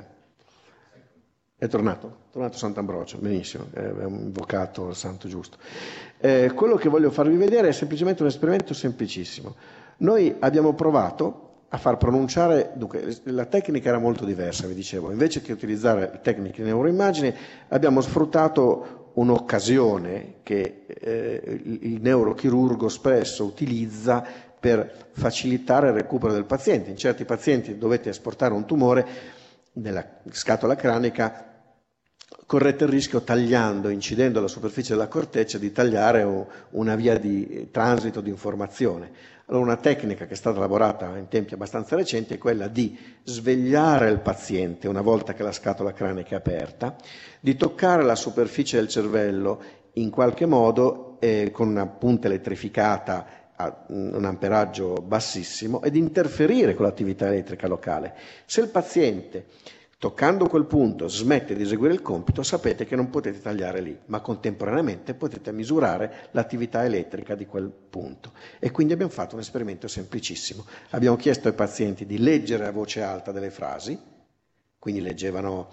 È tornato? È tornato Sant'Ambrogio, benissimo, eh, abbiamo invocato il santo giusto. Eh, quello che voglio farvi vedere è semplicemente un esperimento semplicissimo. Noi abbiamo provato a far pronunciare, dunque la tecnica era molto diversa, vi dicevo, invece che utilizzare tecniche di neuroimmagine abbiamo sfruttato un'occasione che eh, il neurochirurgo spesso utilizza per facilitare il recupero del paziente. In certi pazienti dovete esportare un tumore nella scatola cranica, correte il rischio, tagliando, incidendo la superficie della corteccia, di tagliare una via di transito di informazione. Allora una tecnica che è stata elaborata in tempi abbastanza recenti è quella di svegliare il paziente una volta che la scatola cranica è aperta, di toccare la superficie del cervello in qualche modo eh, con una punta elettrificata a un amperaggio bassissimo e di interferire con l'attività elettrica locale. Se il paziente, toccando quel punto, smette di eseguire il compito, sapete che non potete tagliare lì, ma contemporaneamente potete misurare l'attività elettrica di quel punto. E quindi abbiamo fatto un esperimento semplicissimo. Abbiamo chiesto ai pazienti di leggere a voce alta delle frasi, quindi leggevano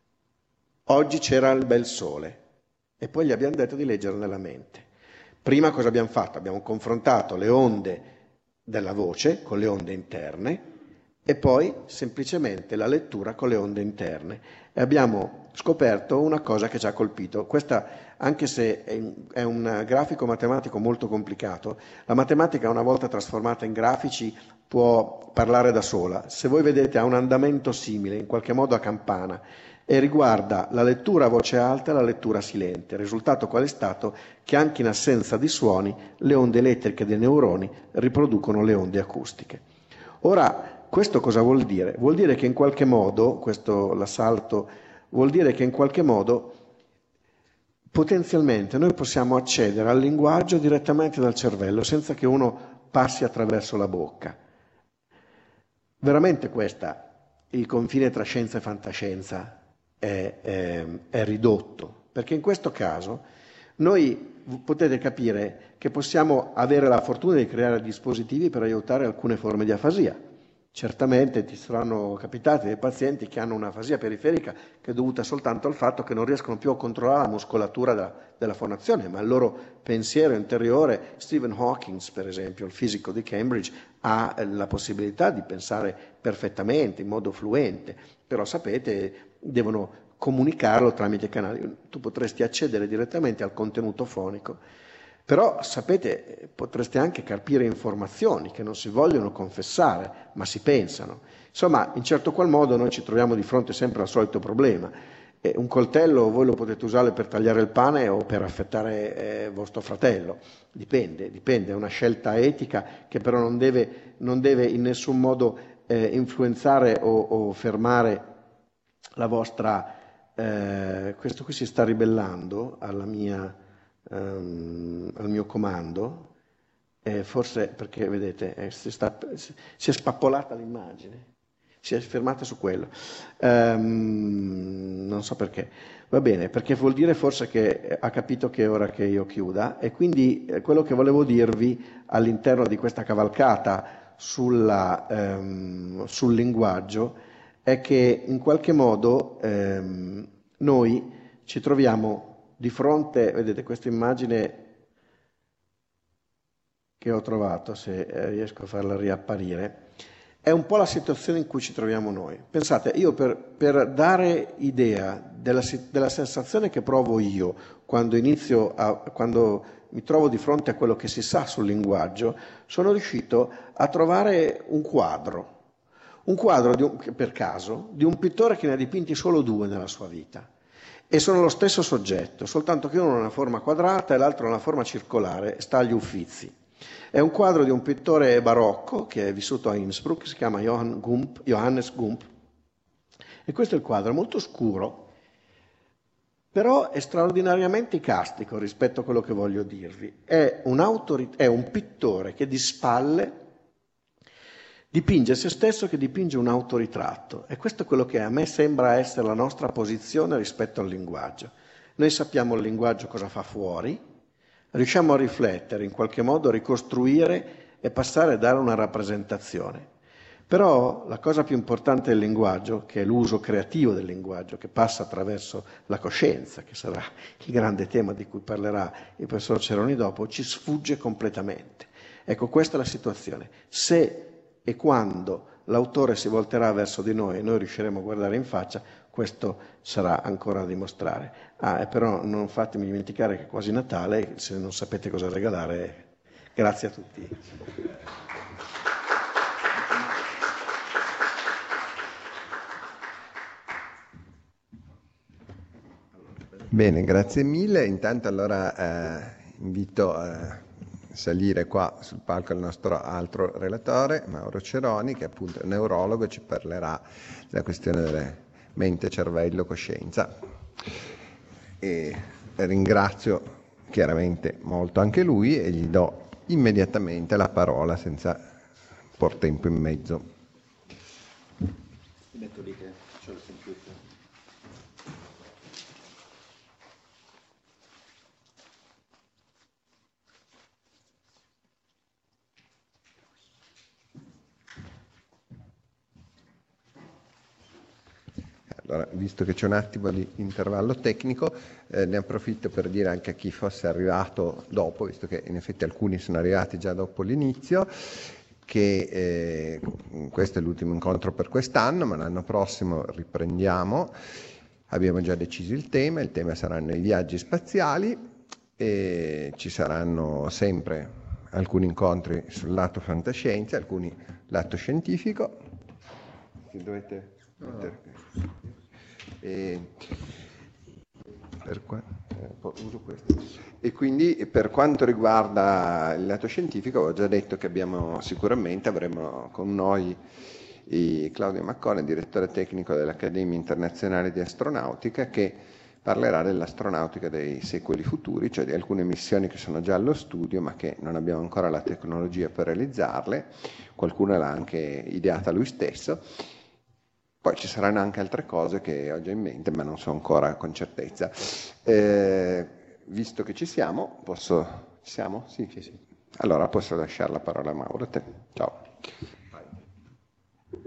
"oggi c'era il bel sole", e poi gli abbiamo detto di leggere nella mente. Prima cosa abbiamo fatto? Abbiamo confrontato le onde della voce con le onde interne, e poi semplicemente la lettura con le onde interne. E abbiamo scoperto una cosa che ci ha colpito. Questa, anche se è un grafico matematico molto complicato, la matematica una volta trasformata in grafici può parlare da sola. Se voi vedete ha un andamento simile, in qualche modo a campana, e riguarda la lettura a voce alta e la lettura silente. Il risultato qual è stato? Che anche in assenza di suoni le onde elettriche dei neuroni riproducono le onde acustiche. Ora, questo cosa vuol dire? Vuol dire che in qualche modo, questo l'assalto, vuol dire che in qualche modo potenzialmente noi possiamo accedere al linguaggio direttamente dal cervello senza che uno passi attraverso la bocca. Veramente questa, il confine tra scienza e fantascienza è, è, è ridotto, perché in questo caso noi potete capire che possiamo avere la fortuna di creare dispositivi per aiutare alcune forme di afasia. certamente ti saranno capitati dei pazienti che hanno un'afasia periferica che è dovuta soltanto al fatto che non riescono più a controllare la muscolatura della, della fonazione, ma il loro pensiero interiore, Stephen Hawking per esempio, il fisico di Cambridge, ha la possibilità di pensare perfettamente, in modo fluente, però sapete, devono comunicarlo tramite canali. Tu potresti accedere direttamente al contenuto fonico, però sapete, potreste anche carpire informazioni che non si vogliono confessare, ma si pensano. Insomma, in certo qual modo noi ci troviamo di fronte sempre al solito problema. Eh, un coltello voi lo potete usare per tagliare il pane o per affettare eh, vostro fratello, dipende, dipende, è una scelta etica che però non deve, non deve in nessun modo eh, influenzare o, o fermare la vostra... Eh, questo qui si sta ribellando alla mia... Um, al mio comando, eh, forse perché vedete eh, si, sta, si, si è spappolata l'immagine, si è fermata su quello, um, non so perché, va bene, perché vuol dire forse che ha capito che è ora che io chiuda, e quindi eh, quello che volevo dirvi all'interno di questa cavalcata sulla, um, sul linguaggio è che in qualche modo um, noi ci troviamo di fronte, vedete questa immagine che ho trovato, se riesco a farla riapparire, è un po' la situazione in cui ci troviamo noi. Pensate, io per, per dare idea della, della sensazione che provo io quando inizio a, quando mi trovo di fronte a quello che si sa sul linguaggio, sono riuscito a trovare un quadro, un quadro di un, per caso, di un pittore che ne ha dipinti solo due nella sua vita. E sono lo stesso soggetto, soltanto che uno ha una forma quadrata e l'altro ha una forma circolare, sta agli Uffizi. È un quadro di un pittore barocco che è vissuto a Innsbruck, si chiama Johann Gump, Johannes Gump, e questo è il quadro, è molto scuro, però è straordinariamente castico rispetto a quello che voglio dirvi. È un, autorit- è un pittore che di spalle dipinge se stesso, che dipinge un autoritratto, e questo è quello che a me sembra essere la nostra posizione rispetto al linguaggio. Noi sappiamo il linguaggio cosa fa fuori, riusciamo a riflettere, in qualche modo a ricostruire e passare a dare una rappresentazione. Però la cosa più importante del linguaggio, che è l'uso creativo del linguaggio, che passa attraverso la coscienza, che sarà il grande tema di cui parlerà il professor Ceroni dopo, ci sfugge completamente. Ecco, questa è la situazione. Se e quando l'autore si volterà verso di noi e noi riusciremo a guardare in faccia, questo sarà ancora da dimostrare. Ah, e però non fatemi dimenticare che è quasi Natale, se non sapete cosa regalare, grazie a tutti. Bene, grazie mille. Intanto allora eh, invito a salire qua sul palco il nostro altro relatore, Mauro Ceroni, che appunto è neurologo e ci parlerà della questione delle mente, cervello, coscienza. E ringrazio chiaramente molto anche lui e gli do immediatamente la parola senza por tempo in mezzo. Ti metto lì che c'ho il computer. Allora, visto che c'è un attimo di intervallo tecnico, eh, ne approfitto per dire anche a chi fosse arrivato dopo, visto che in effetti alcuni sono arrivati già dopo l'inizio, che eh, questo è l'ultimo incontro per quest'anno, ma l'anno prossimo riprendiamo. Abbiamo già deciso il tema, il tema saranno i viaggi spaziali e ci saranno sempre alcuni incontri sul lato fantascienza, alcuni lato scientifico. Ti dovete mettere... E, per qua, eh, uso questo. E quindi per quanto riguarda il lato scientifico ho già detto che abbiamo sicuramente avremo con noi i Claudio Maccone, direttore tecnico dell'Accademia Internazionale di Astronautica, che parlerà dell'astronautica dei secoli futuri, cioè di alcune missioni che sono già allo studio ma che non abbiamo ancora la tecnologia per realizzarle, qualcuna l'ha anche ideata lui stesso. Poi ci saranno anche altre cose che ho già in mente, ma non so ancora con certezza. Eh, visto che ci siamo, posso... Ci siamo? Sì, sì, sì. Allora posso lasciare la parola a Mauro. A te. Ciao.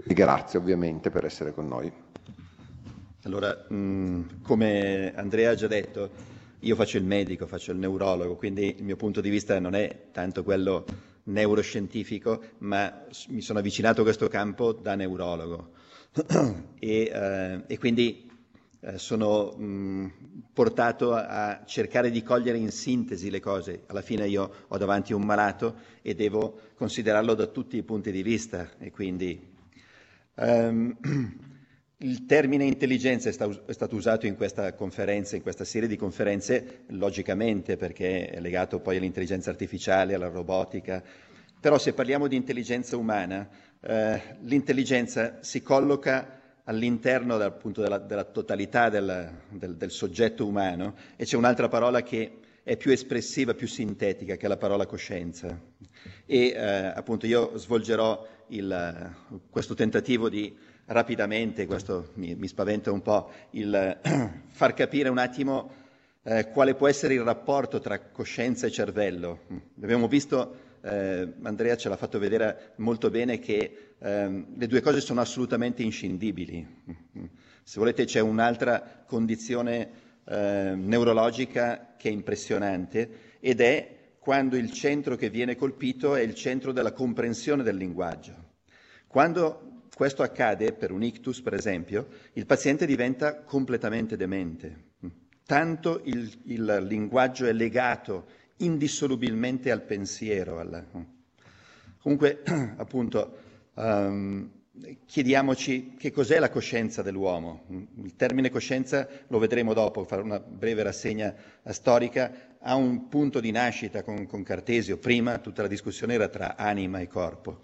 E grazie ovviamente per essere con noi. Allora, mh, come Andrea ha già detto, io faccio il medico, faccio il neurologo, quindi il mio punto di vista non è tanto quello neuroscientifico, ma mi sono avvicinato a questo campo da neurologo e, eh, e quindi eh, sono mh, portato a cercare di cogliere in sintesi le cose. Alla fine io ho davanti un malato e devo considerarlo da tutti i punti di vista e quindi um, il termine intelligenza è, sta, è stato usato in questa conferenza, in questa serie di conferenze, logicamente perché è legato poi all'intelligenza artificiale, alla robotica, però se parliamo di intelligenza umana, eh, l'intelligenza si colloca all'interno appunto della, della totalità del, del, del soggetto umano e c'è un'altra parola che è più espressiva, più sintetica, che è la parola coscienza. E eh, appunto io svolgerò il, questo tentativo di rapidamente, questo mi, mi spaventa un po', il far capire un attimo eh, quale può essere il rapporto tra coscienza e cervello. Abbiamo visto, eh, Andrea ce l'ha fatto vedere molto bene, che eh, le due cose sono assolutamente inscindibili. Se volete c'è un'altra condizione eh, neurologica che è impressionante ed è quando il centro che viene colpito è il centro della comprensione del linguaggio. Quando questo accade per un ictus, per esempio, il paziente diventa completamente demente. Tanto il, il linguaggio è legato indissolubilmente al pensiero. Alla... Comunque, appunto, um, chiediamoci che cos'è la coscienza dell'uomo. Il termine coscienza, lo vedremo dopo, farò una breve rassegna storica, ha un punto di nascita con, con Cartesio. Prima tutta la discussione era tra anima e corpo.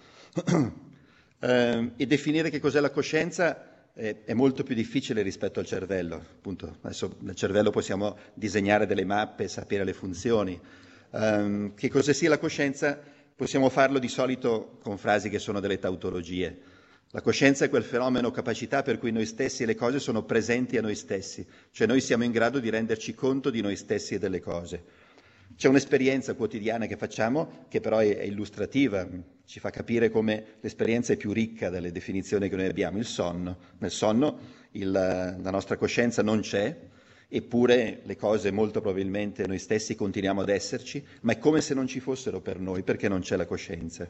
Uh, e definire che cos'è la coscienza è, è molto più difficile rispetto al cervello. Appunto, adesso nel cervello possiamo disegnare delle mappe, sapere le funzioni. Um, che cosa sia la coscienza possiamo farlo di solito con frasi che sono delle tautologie. La coscienza è quel fenomeno o capacità per cui noi stessi e le cose sono presenti a noi stessi, cioè noi siamo in grado di renderci conto di noi stessi e delle cose. C'è un'esperienza quotidiana che facciamo che però è, è illustrativa, ci fa capire come l'esperienza è più ricca delle definizioni che noi abbiamo. Il sonno. Nel sonno il, la nostra coscienza non c'è, eppure le cose molto probabilmente noi stessi continuiamo ad esserci, ma è come se non ci fossero per noi, perché non c'è la coscienza.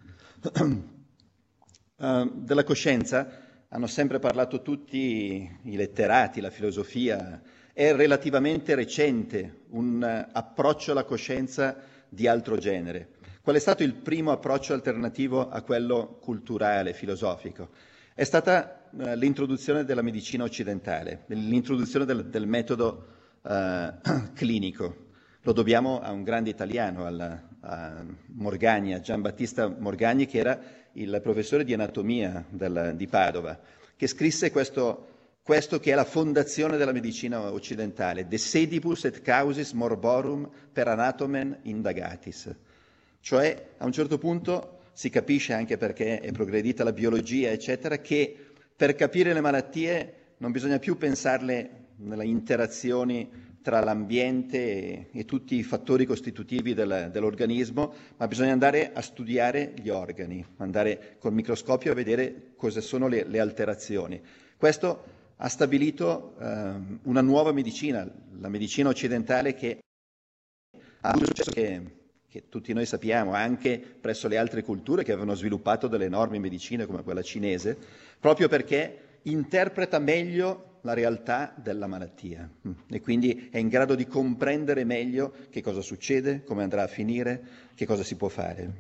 uh, della coscienza hanno sempre parlato tutti i letterati, la filosofia. È relativamente recente un approccio alla coscienza di altro genere. Qual è stato il primo approccio alternativo a quello culturale, filosofico? È stata uh, l'introduzione della medicina occidentale, l'introduzione del, del metodo uh, clinico. Lo dobbiamo a un grande italiano, alla, a Morgagni, a Giambattista Morgagni, che era il professore di anatomia del, di Padova, che scrisse questo Questo che è la fondazione della medicina occidentale, De sedibus et causis morborum per anatomen indagatis. Cioè, a un certo punto si capisce, anche perché è progredita la biologia, eccetera, che per capire le malattie non bisogna più pensarle nelle interazioni tra l'ambiente e, e tutti i fattori costitutivi del, dell'organismo, ma bisogna andare a studiare gli organi, andare col microscopio a vedere cosa sono le, le alterazioni. Questo ha stabilito eh, una nuova medicina, la medicina occidentale, che ha un successo che, che tutti noi sappiamo, anche presso le altre culture che avevano sviluppato delle enormi medicine come quella cinese, proprio perché interpreta meglio la realtà della malattia e quindi è in grado di comprendere meglio che cosa succede, come andrà a finire, che cosa si può fare.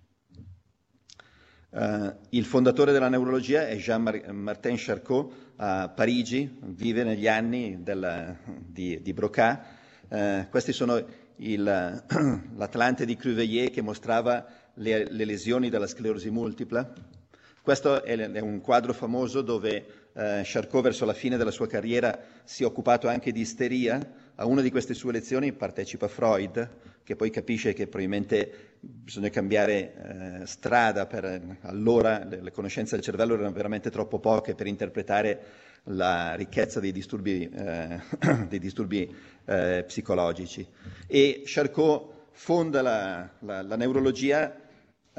Uh, il fondatore della neurologia è Jean-Martin Charcot a Parigi, vive negli anni del, di, di Broca. Uh, questi sono il, l'Atlante di Cruveilhier che mostrava le, le lesioni della sclerosi multipla. Questo è, è un quadro famoso dove uh, Charcot verso la fine della sua carriera si è occupato anche di isteria. A una di queste sue lezioni partecipa Freud, che poi capisce che probabilmente bisogna cambiare eh, strada, per allora le, le conoscenze del cervello erano veramente troppo poche per interpretare la ricchezza dei disturbi, eh, dei disturbi eh, psicologici. E Charcot fonda la, la, la neurologia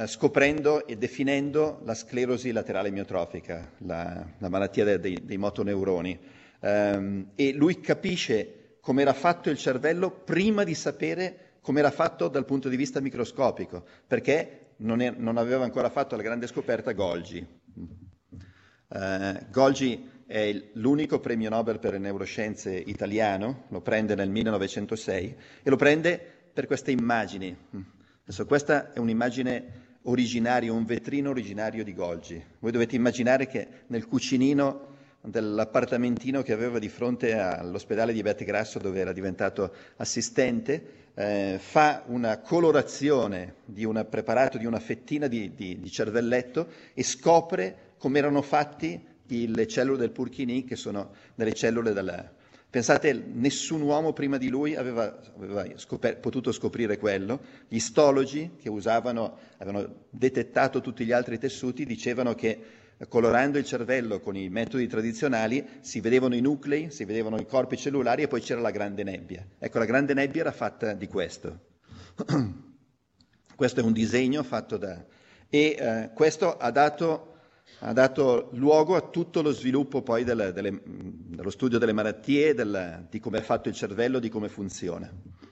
eh, scoprendo e definendo la sclerosi laterale miotrofica, la, la malattia de, dei, dei motoneuroni. Um, e lui capisce come era fatto il cervello prima di sapere come era fatto dal punto di vista microscopico, perché non, è, non aveva ancora fatto la grande scoperta Golgi. Uh, Golgi è l'unico premio Nobel per le neuroscienze italiano, lo prende nel millenovecentosei e lo prende per queste immagini. Adesso questa è un'immagine originaria, un vetrino originario di Golgi. Voi dovete immaginare che nel cucinino dell'appartamentino che aveva di fronte all'ospedale di Abete Grasso, dove era diventato assistente, eh, fa una colorazione di un preparato, di una fettina di, di, di cervelletto e scopre come erano fatti le cellule del Purkinje, che sono delle cellule della... Pensate, nessun uomo prima di lui aveva, aveva scoper- potuto scoprire quello. Gli istologi che usavano, avevano detettato tutti gli altri tessuti, dicevano che colorando il cervello con i metodi tradizionali si vedevano i nuclei, si vedevano i corpi cellulari e poi c'era la grande nebbia. Ecco, la grande nebbia era fatta di questo. Questo è un disegno fatto da... E eh, questo ha dato... ha dato luogo a tutto lo sviluppo poi del, delle, dello studio delle malattie, del, di come è fatto il cervello, di come funziona.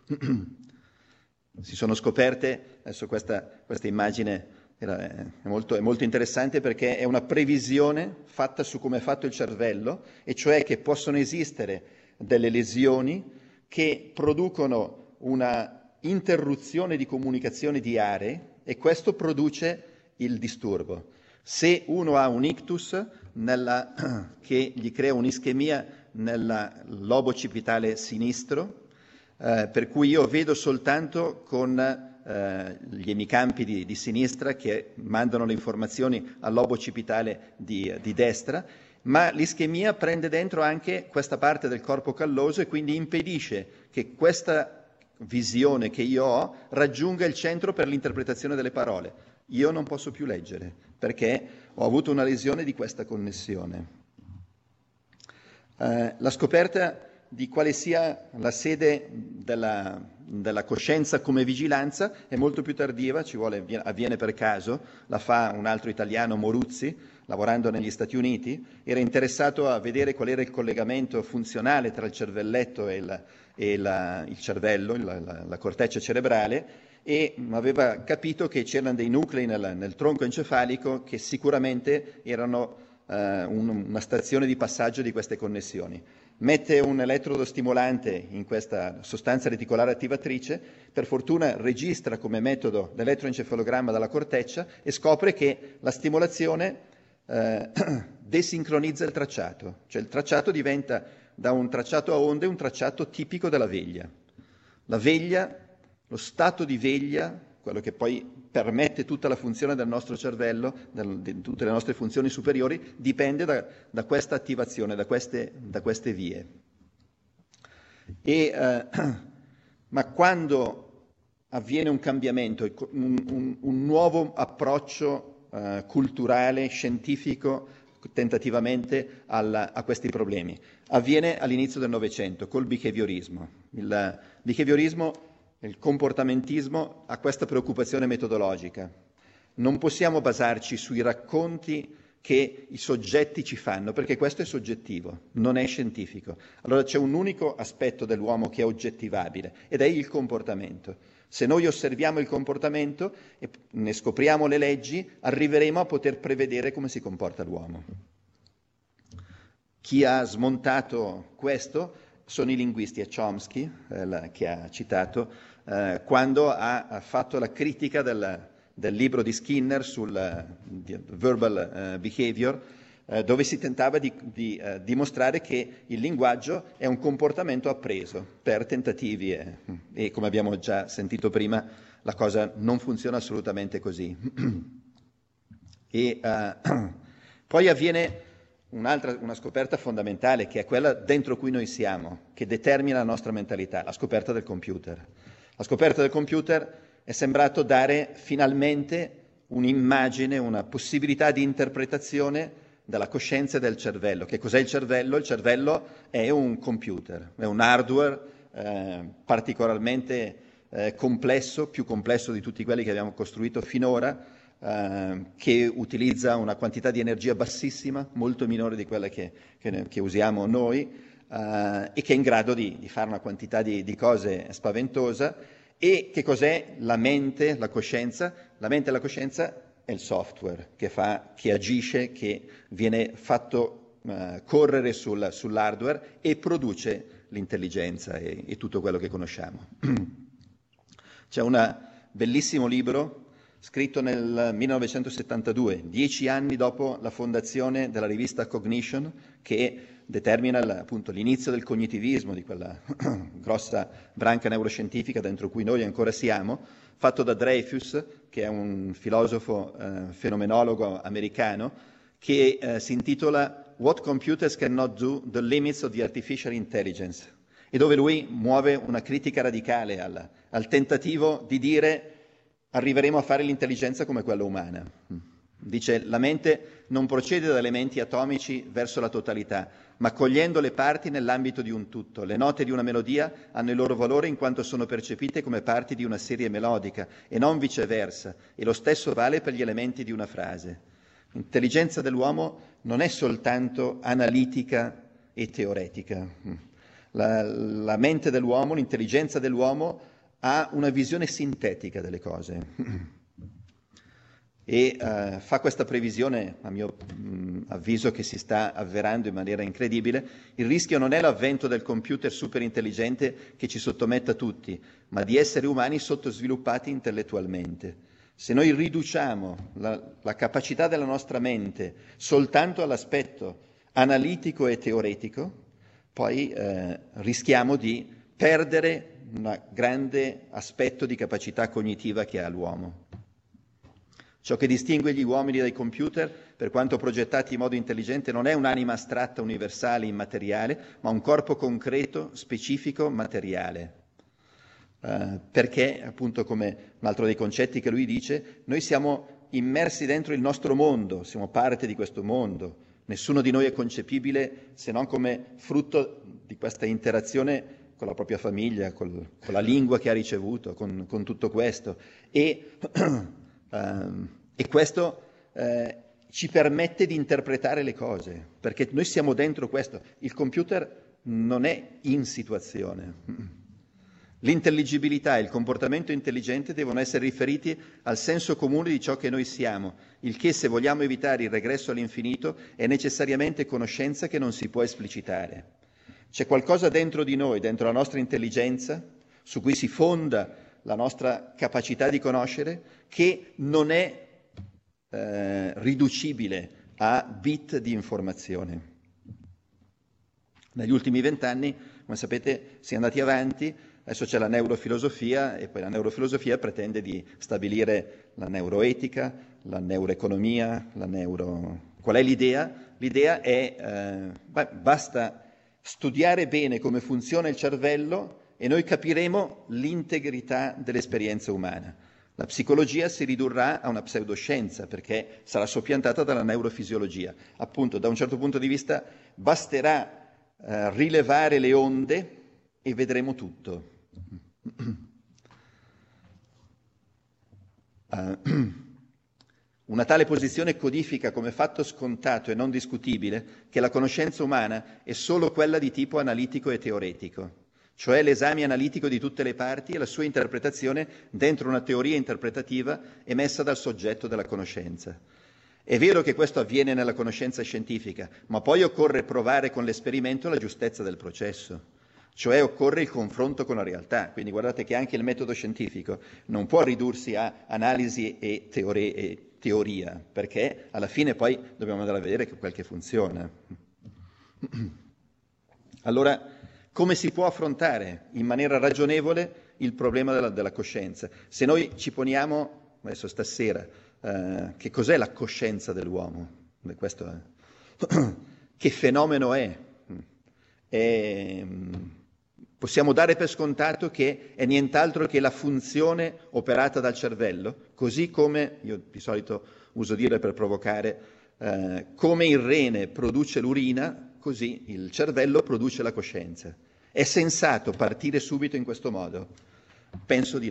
Si sono scoperte, adesso questa, questa immagine era, è, molto, è molto interessante perché è una previsione fatta su come è fatto il cervello, e cioè che possono esistere delle lesioni che producono una interruzione di comunicazione di aree e questo produce il disturbo. Se uno ha un ictus nella, che gli crea un'ischemia nel lobo occipitale sinistro, eh, per cui io vedo soltanto con eh, gli emicampi di, di sinistra che mandano le informazioni al lobo occipitale di, di destra, ma l'ischemia prende dentro anche questa parte del corpo calloso e quindi impedisce che questa visione che io ho raggiunga il centro per l'interpretazione delle parole. Io non posso più leggere perché ho avuto una lesione di questa connessione. Eh, la scoperta di quale sia la sede della, della coscienza come vigilanza è molto più tardiva, ci vuole, avviene per caso, la fa un altro italiano, Moruzzi, lavorando negli Stati Uniti, era interessato a vedere qual era il collegamento funzionale tra il cervelletto e, il, e la, il cervello, la, la, la corteccia cerebrale, e aveva capito che c'erano dei nuclei nel, nel tronco encefalico che sicuramente erano eh, un, una stazione di passaggio di queste connessioni. Mette un elettrodo stimolante in questa sostanza reticolare attivatrice, per fortuna registra come metodo l'elettroencefalogramma dalla corteccia e scopre che la stimolazione eh, desincronizza il tracciato, cioè il tracciato diventa da un tracciato a onde un tracciato tipico della veglia. La veglia, lo stato di veglia, quello che poi permette tutta la funzione del nostro cervello, del, di tutte le nostre funzioni superiori, dipende da, da questa attivazione, da queste, da queste vie. E, eh, ma quando avviene un cambiamento, un, un, un nuovo approccio eh, culturale, scientifico, tentativamente alla, a questi problemi, avviene all'inizio del Novecento col behaviorismo. Il behaviorismo, il comportamentismo, ha questa preoccupazione metodologica. Non possiamo basarci sui racconti che i soggetti ci fanno, perché questo è soggettivo, non è scientifico. Allora c'è un unico aspetto dell'uomo che è oggettivabile, ed è il comportamento. Se noi osserviamo il comportamento e ne scopriamo le leggi, arriveremo a poter prevedere come si comporta l'uomo. Chi ha smontato questo sono i linguisti, è Chomsky, eh, la, che ha citato, eh, quando ha, ha fatto la critica del, del libro di Skinner sul uh, verbal uh, behavior, uh, dove si tentava di, di uh, dimostrare che il linguaggio è un comportamento appreso per tentativi e, e, come abbiamo già sentito prima, la cosa non funziona assolutamente così. E uh, poi avviene Un'altra, una scoperta fondamentale, che è quella dentro cui noi siamo, che determina la nostra mentalità, la scoperta del computer. La scoperta del computer è sembrato dare finalmente un'immagine, una possibilità di interpretazione della coscienza e del cervello. Che cos'è il cervello? Il cervello è un computer, è un hardware eh, particolarmente eh, complesso, più complesso di tutti quelli che abbiamo costruito finora, eh, che utilizza una quantità di energia bassissima, molto minore di quella che, che, che usiamo noi, eh, e che è in grado di, di fare una quantità di, di cose spaventosa. E che cos'è la mente, la coscienza? La mente e la coscienza è il software che, fa, che agisce, che viene fatto uh, correre sul, sull'hardware e produce l'intelligenza e, e tutto quello che conosciamo. C'è un bellissimo libro scritto nel millenovecentosettantadue, dieci anni dopo la fondazione della rivista Cognition, che determina appunto l'inizio del cognitivismo, di quella grossa branca neuroscientifica dentro cui noi ancora siamo, fatto da Dreyfus, che è un filosofo eh, fenomenologo americano, che eh, si intitola What Computers Cannot Do, The Limits of the Artificial Intelligence, e dove lui muove una critica radicale al, al tentativo di dire arriveremo a fare l'intelligenza come quella umana. Dice, la mente non procede da elementi atomici verso la totalità, ma cogliendo le parti nell'ambito di un tutto. Le note di una melodia hanno il loro valore in quanto sono percepite come parti di una serie melodica e non viceversa, e lo stesso vale per gli elementi di una frase. L'intelligenza dell'uomo non è soltanto analitica e teoretica. La, la mente dell'uomo, l'intelligenza dell'uomo ha una visione sintetica delle cose. E uh, fa questa previsione, a mio mh, avviso, che si sta avverando in maniera incredibile. Il rischio non è l'avvento del computer superintelligente che ci sottometta tutti, ma di esseri umani sottosviluppati intellettualmente. Se noi riduciamo la, la capacità della nostra mente soltanto all'aspetto analitico e teoretico, poi eh, rischiamo di perdere un grande aspetto di capacità cognitiva che ha l'uomo. Ciò che distingue gli uomini dai computer, per quanto progettati in modo intelligente, non è un'anima astratta, universale, immateriale, ma un corpo concreto, specifico, materiale. Uh, perché, appunto, come un altro dei concetti che lui dice, noi siamo immersi dentro il nostro mondo, siamo parte di questo mondo. Nessuno di noi è concepibile se non come frutto di questa interazione con la propria famiglia, col, con la lingua che ha ricevuto, con, con tutto questo. E... Uh, e questo uh, ci permette di interpretare le cose, perché noi siamo dentro questo. Il computer non è in situazione. L'intelligibilità e il comportamento intelligente devono essere riferiti al senso comune di ciò che noi siamo, il che, se vogliamo evitare il regresso all'infinito, è necessariamente conoscenza che non si può esplicitare. C'è qualcosa dentro di noi, dentro la nostra intelligenza, su cui si fonda la nostra capacità di conoscere, che non è eh, riducibile a bit di informazione. Negli ultimi vent'anni, come sapete, si è andati avanti, adesso c'è la neurofilosofia e poi la neurofilosofia pretende di stabilire la neuroetica, la neuroeconomia, la neuro... Qual è l'idea? L'idea è, eh, beh, basta studiare bene come funziona il cervello e noi capiremo l'integrità dell'esperienza umana. La psicologia si ridurrà a una pseudoscienza perché sarà soppiantata dalla neurofisiologia. Appunto, da un certo punto di vista, basterà eh, rilevare le onde e vedremo tutto. Uh, una tale posizione codifica come fatto scontato e non discutibile che la conoscenza umana è solo quella di tipo analitico e teoretico, cioè l'esame analitico di tutte le parti e la sua interpretazione dentro una teoria interpretativa emessa dal soggetto della conoscenza. È vero che questo avviene nella conoscenza scientifica, ma poi occorre provare con l'esperimento la giustezza del processo, cioè occorre il confronto con la realtà. Quindi guardate che anche il metodo scientifico non può ridursi a analisi e, teorie, e teoria, perché alla fine poi dobbiamo andare a vedere che quel che funziona. Allora, come si può affrontare in maniera ragionevole il problema della, della coscienza? Se noi ci poniamo, adesso stasera, eh, che cos'è la coscienza dell'uomo? Questo è. Che fenomeno è? è? Possiamo dare per scontato che è nient'altro che la funzione operata dal cervello, così come, io di solito uso dire per provocare, eh, come il rene produce l'urina, così il cervello produce la coscienza. È sensato partire subito in questo modo? Penso di no.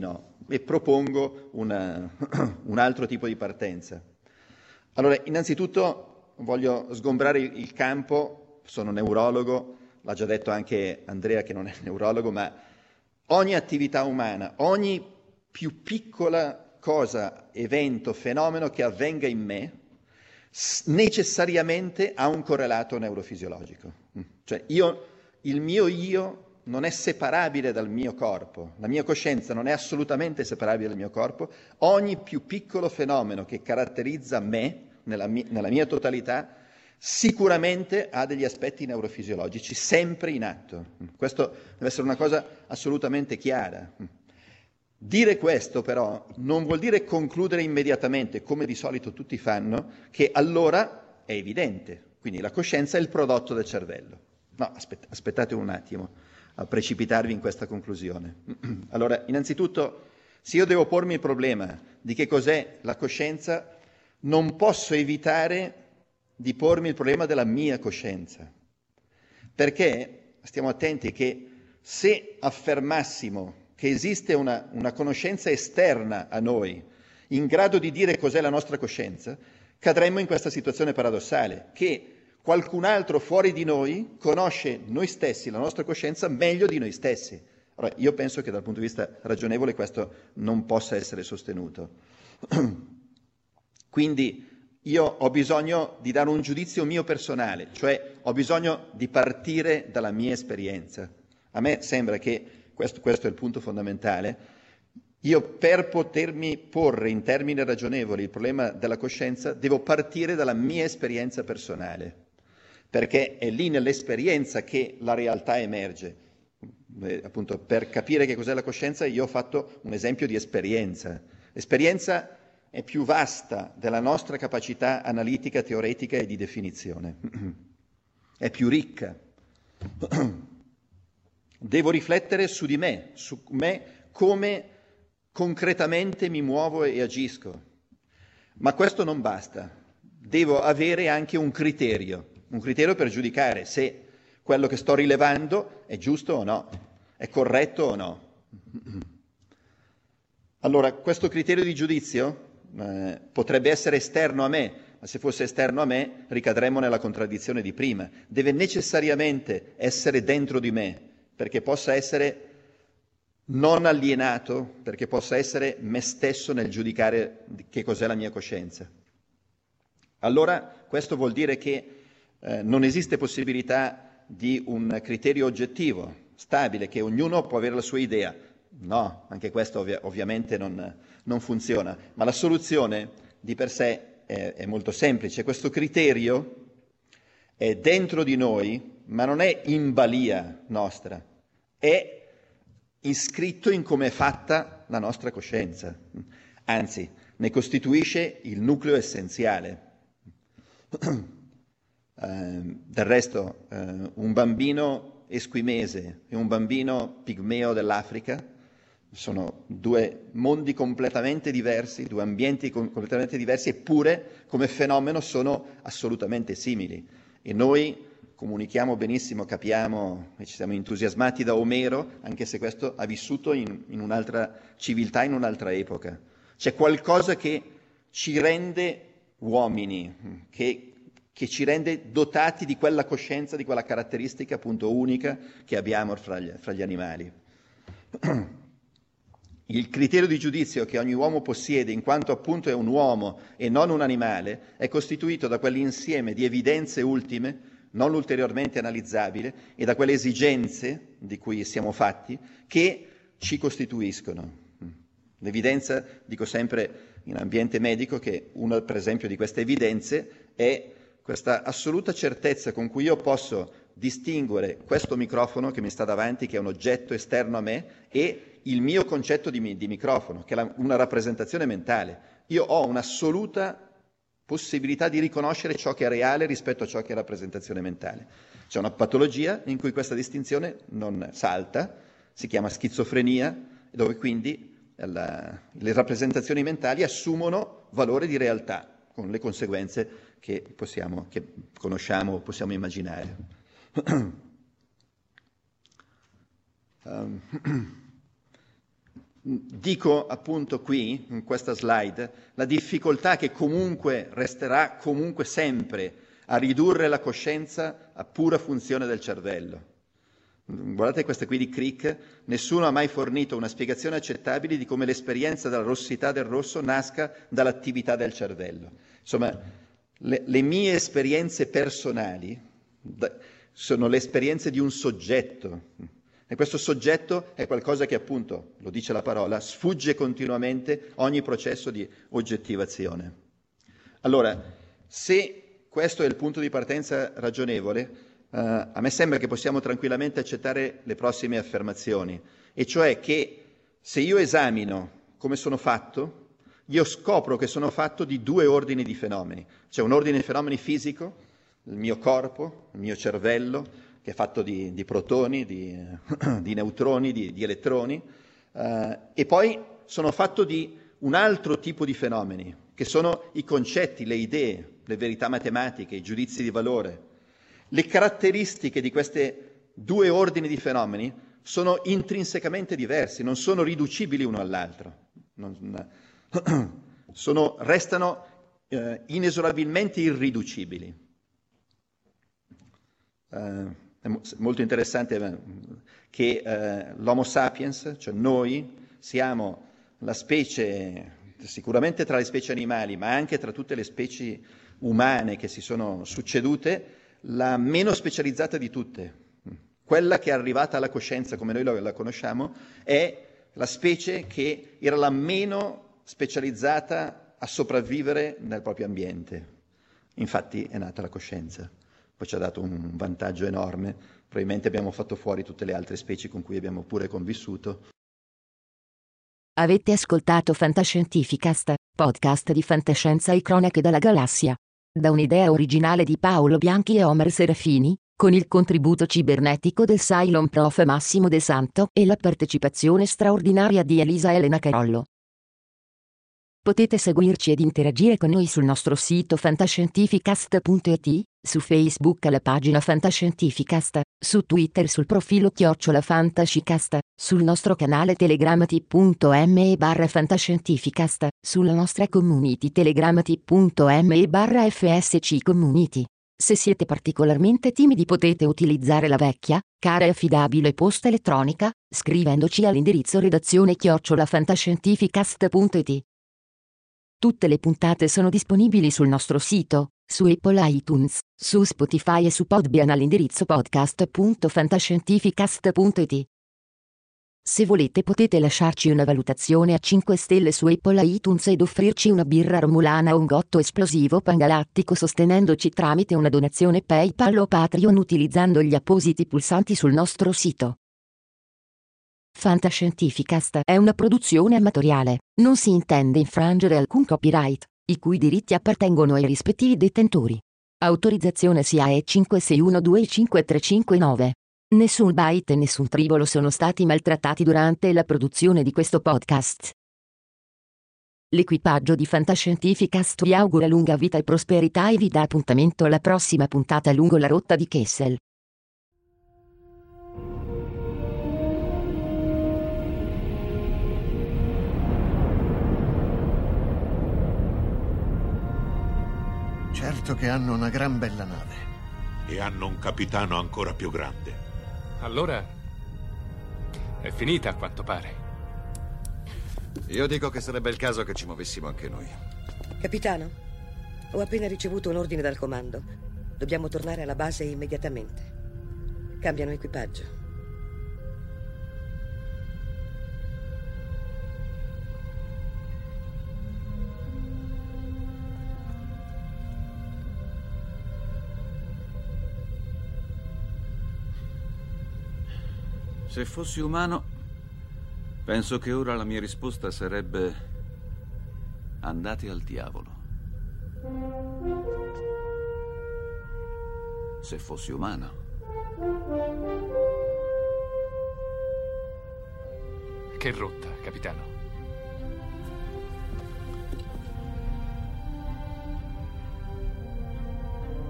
e propongo una, un altro tipo di partenza. Allora, innanzitutto voglio sgombrare il campo, sono neurologo, l'ha già detto anche Andrea che non è neurologo, ma ogni attività umana, ogni più piccola cosa, evento, fenomeno che avvenga in me, necessariamente ha un correlato neurofisiologico. Cioè io, il mio io non è separabile dal mio corpo, la mia coscienza non è assolutamente separabile dal mio corpo, ogni più piccolo fenomeno che caratterizza me, nella mia, nella mia totalità, sicuramente ha degli aspetti neurofisiologici sempre in atto. Questo deve essere una cosa assolutamente chiara. Dire questo però non vuol dire concludere immediatamente, come di solito tutti fanno, che allora è evidente, quindi la coscienza è il prodotto del cervello. No, aspett- aspettate un attimo a precipitarvi in questa conclusione. Allora, innanzitutto, se io devo pormi il problema di che cos'è la coscienza, non posso evitare di pormi il problema della mia coscienza, perché stiamo attenti che se affermassimo che esiste una, una conoscenza esterna a noi, in grado di dire cos'è la nostra coscienza, cadremmo in questa situazione paradossale, che qualcun altro fuori di noi conosce noi stessi, la nostra coscienza, meglio di noi stessi. Allora, io penso che dal punto di vista ragionevole questo non possa essere sostenuto. Quindi io ho bisogno di dare un giudizio mio personale, cioè ho bisogno di partire dalla mia esperienza. A me sembra che Questo, questo è il punto fondamentale. Io per potermi porre in termini ragionevoli il problema della coscienza devo partire dalla mia esperienza personale, perché è lì nell'esperienza che la realtà emerge. Eh, appunto, per capire che cos'è la coscienza io ho fatto un esempio di esperienza. L'esperienza è più vasta della nostra capacità analitica, teoretica e di definizione. È più ricca. Devo riflettere su di me, su me come concretamente mi muovo e agisco. Ma questo non basta. Devo avere anche un criterio, un criterio per giudicare se quello che sto rilevando è giusto o no, è corretto o no. Allora, questo criterio di giudizio eh, potrebbe essere esterno a me, ma se fosse esterno a me ricadremmo nella contraddizione di prima. Deve necessariamente essere dentro di me, perché possa essere non alienato, perché possa essere me stesso nel giudicare che cos'è la mia coscienza. Allora questo vuol dire che eh, non esiste possibilità di un criterio oggettivo, stabile, che ognuno può avere la sua idea. No, anche questo ovvia- ovviamente non, non funziona, ma la soluzione di per sé è, è molto semplice. Questo criterio è dentro di noi, ma non è in balia nostra, è iscritto in come è fatta la nostra coscienza, anzi ne costituisce il nucleo essenziale. Eh, del resto eh, un bambino esquimese e un bambino pigmeo dell'Africa sono due mondi completamente diversi, due ambienti com- completamente diversi, eppure come fenomeno sono assolutamente simili. E noi comunichiamo benissimo, capiamo e ci siamo entusiasmati da Omero, anche se questo ha vissuto in, in un'altra civiltà, in un'altra epoca. C'è qualcosa che ci rende uomini, che, che ci rende dotati di quella coscienza, di quella caratteristica appunto unica che abbiamo fra gli, fra gli animali. Il criterio di giudizio che ogni uomo possiede, in quanto appunto è un uomo e non un animale, è costituito da quell'insieme di evidenze ultime, non ulteriormente analizzabile, e da quelle esigenze di cui siamo fatti, che ci costituiscono. L'evidenza, dico sempre in ambiente medico, che una per esempio di queste evidenze è questa assoluta certezza con cui io posso distinguere questo microfono che mi sta davanti, che è un oggetto esterno a me, e il mio concetto di, di microfono, che è la, una rappresentazione mentale. Io ho un'assoluta possibilità di riconoscere ciò che è reale rispetto a ciò che è rappresentazione mentale. C'è una patologia in cui questa distinzione non salta, si chiama schizofrenia, dove quindi la, le rappresentazioni mentali assumono valore di realtà, con le conseguenze che possiamo, che conosciamo o possiamo immaginare. um, Dico appunto qui, in questa slide, la difficoltà che comunque resterà comunque sempre a ridurre la coscienza a pura funzione del cervello. Guardate questa qui di Crick: nessuno ha mai fornito una spiegazione accettabile di come l'esperienza della rossità del rosso nasca dall'attività del cervello. Insomma, le, le mie esperienze personali da, sono le esperienze di un soggetto, e questo soggetto è qualcosa che appunto, lo dice la parola, sfugge continuamente ogni processo di oggettivazione. Allora, se questo è il punto di partenza ragionevole, Uh, a me sembra che possiamo tranquillamente accettare le prossime affermazioni, e cioè che se io esamino come sono fatto, io scopro che sono fatto di due ordini di fenomeni. C'è un ordine di fenomeni fisico, il mio corpo, il mio cervello, che è fatto di, di protoni, di, di neutroni, di, di elettroni, uh, e poi sono fatto di un altro tipo di fenomeni, che sono i concetti, le idee, le verità matematiche, i giudizi di valore. Le caratteristiche di questi due ordini di fenomeni sono intrinsecamente diversi, non sono riducibili uno all'altro, non, sono, restano eh, inesorabilmente irriducibili. Eh, è molto interessante che eh, l'Homo sapiens, cioè noi, siamo la specie, sicuramente tra le specie animali, ma anche tra tutte le specie umane che si sono succedute, la meno specializzata di tutte. Quella che è arrivata alla coscienza come noi la, la conosciamo è la specie che era la meno specializzata a sopravvivere nel proprio ambiente. Infatti è nata la coscienza, poi ci ha dato un vantaggio enorme, probabilmente abbiamo fatto fuori tutte le altre specie con cui abbiamo pure convissuto. Avete ascoltato Fantascientificast, podcast di fantascienza e cronache dalla galassia. Da un'idea originale di Paolo Bianchi e Omer Serafini, con il contributo cibernetico del Cylon Prof Massimo De Santo e la partecipazione straordinaria di Elisa Elena Carollo. Potete seguirci ed interagire con noi sul nostro sito fantascientificast punto it, su Facebook alla pagina Fantascientificast, su Twitter sul profilo chiocciola Fantascicast, sul nostro canale Telegram t.me barra Fantascientificast, sulla nostra community Telegram t.me barra fsc community. Se siete particolarmente timidi potete utilizzare la vecchia, cara e affidabile posta elettronica, scrivendoci all'indirizzo redazione chiocciola fantascientificast punto it. Tutte le puntate sono disponibili sul nostro sito, su Apple iTunes, su Spotify e su Podbean all'indirizzo podcast punto fantascientificast punto it. Se volete potete lasciarci una valutazione a cinque stelle su Apple iTunes ed offrirci una birra romulana o un gotto esplosivo pangalattico sostenendoci tramite una donazione PayPal o Patreon utilizzando gli appositi pulsanti sul nostro sito. Fantascientificast è una produzione amatoriale, non si intende infrangere alcun copyright, i cui diritti appartengono ai rispettivi detentori. Autorizzazione S I A E cinque sei uno due cinque tre cinque nove. Nessun byte e nessun tribolo sono stati maltrattati durante la produzione di questo podcast. L'equipaggio di Fantascientificast vi augura lunga vita e prosperità e vi dà appuntamento alla prossima puntata lungo la rotta di Kessel. Certo che hanno una gran bella nave. E hanno un capitano ancora più grande. Allora è finita a quanto pare. Io dico che sarebbe il caso che ci muovessimo anche noi. Capitano, ho appena ricevuto un ordine dal comando. Dobbiamo tornare alla base immediatamente. Cambiano equipaggio. Se fossi umano, penso che ora la mia risposta sarebbe: andate al diavolo. Se fossi umano. Che rotta, capitano?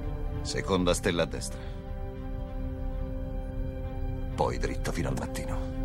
Seconda stella a destra. Poi dritto fino al mattino.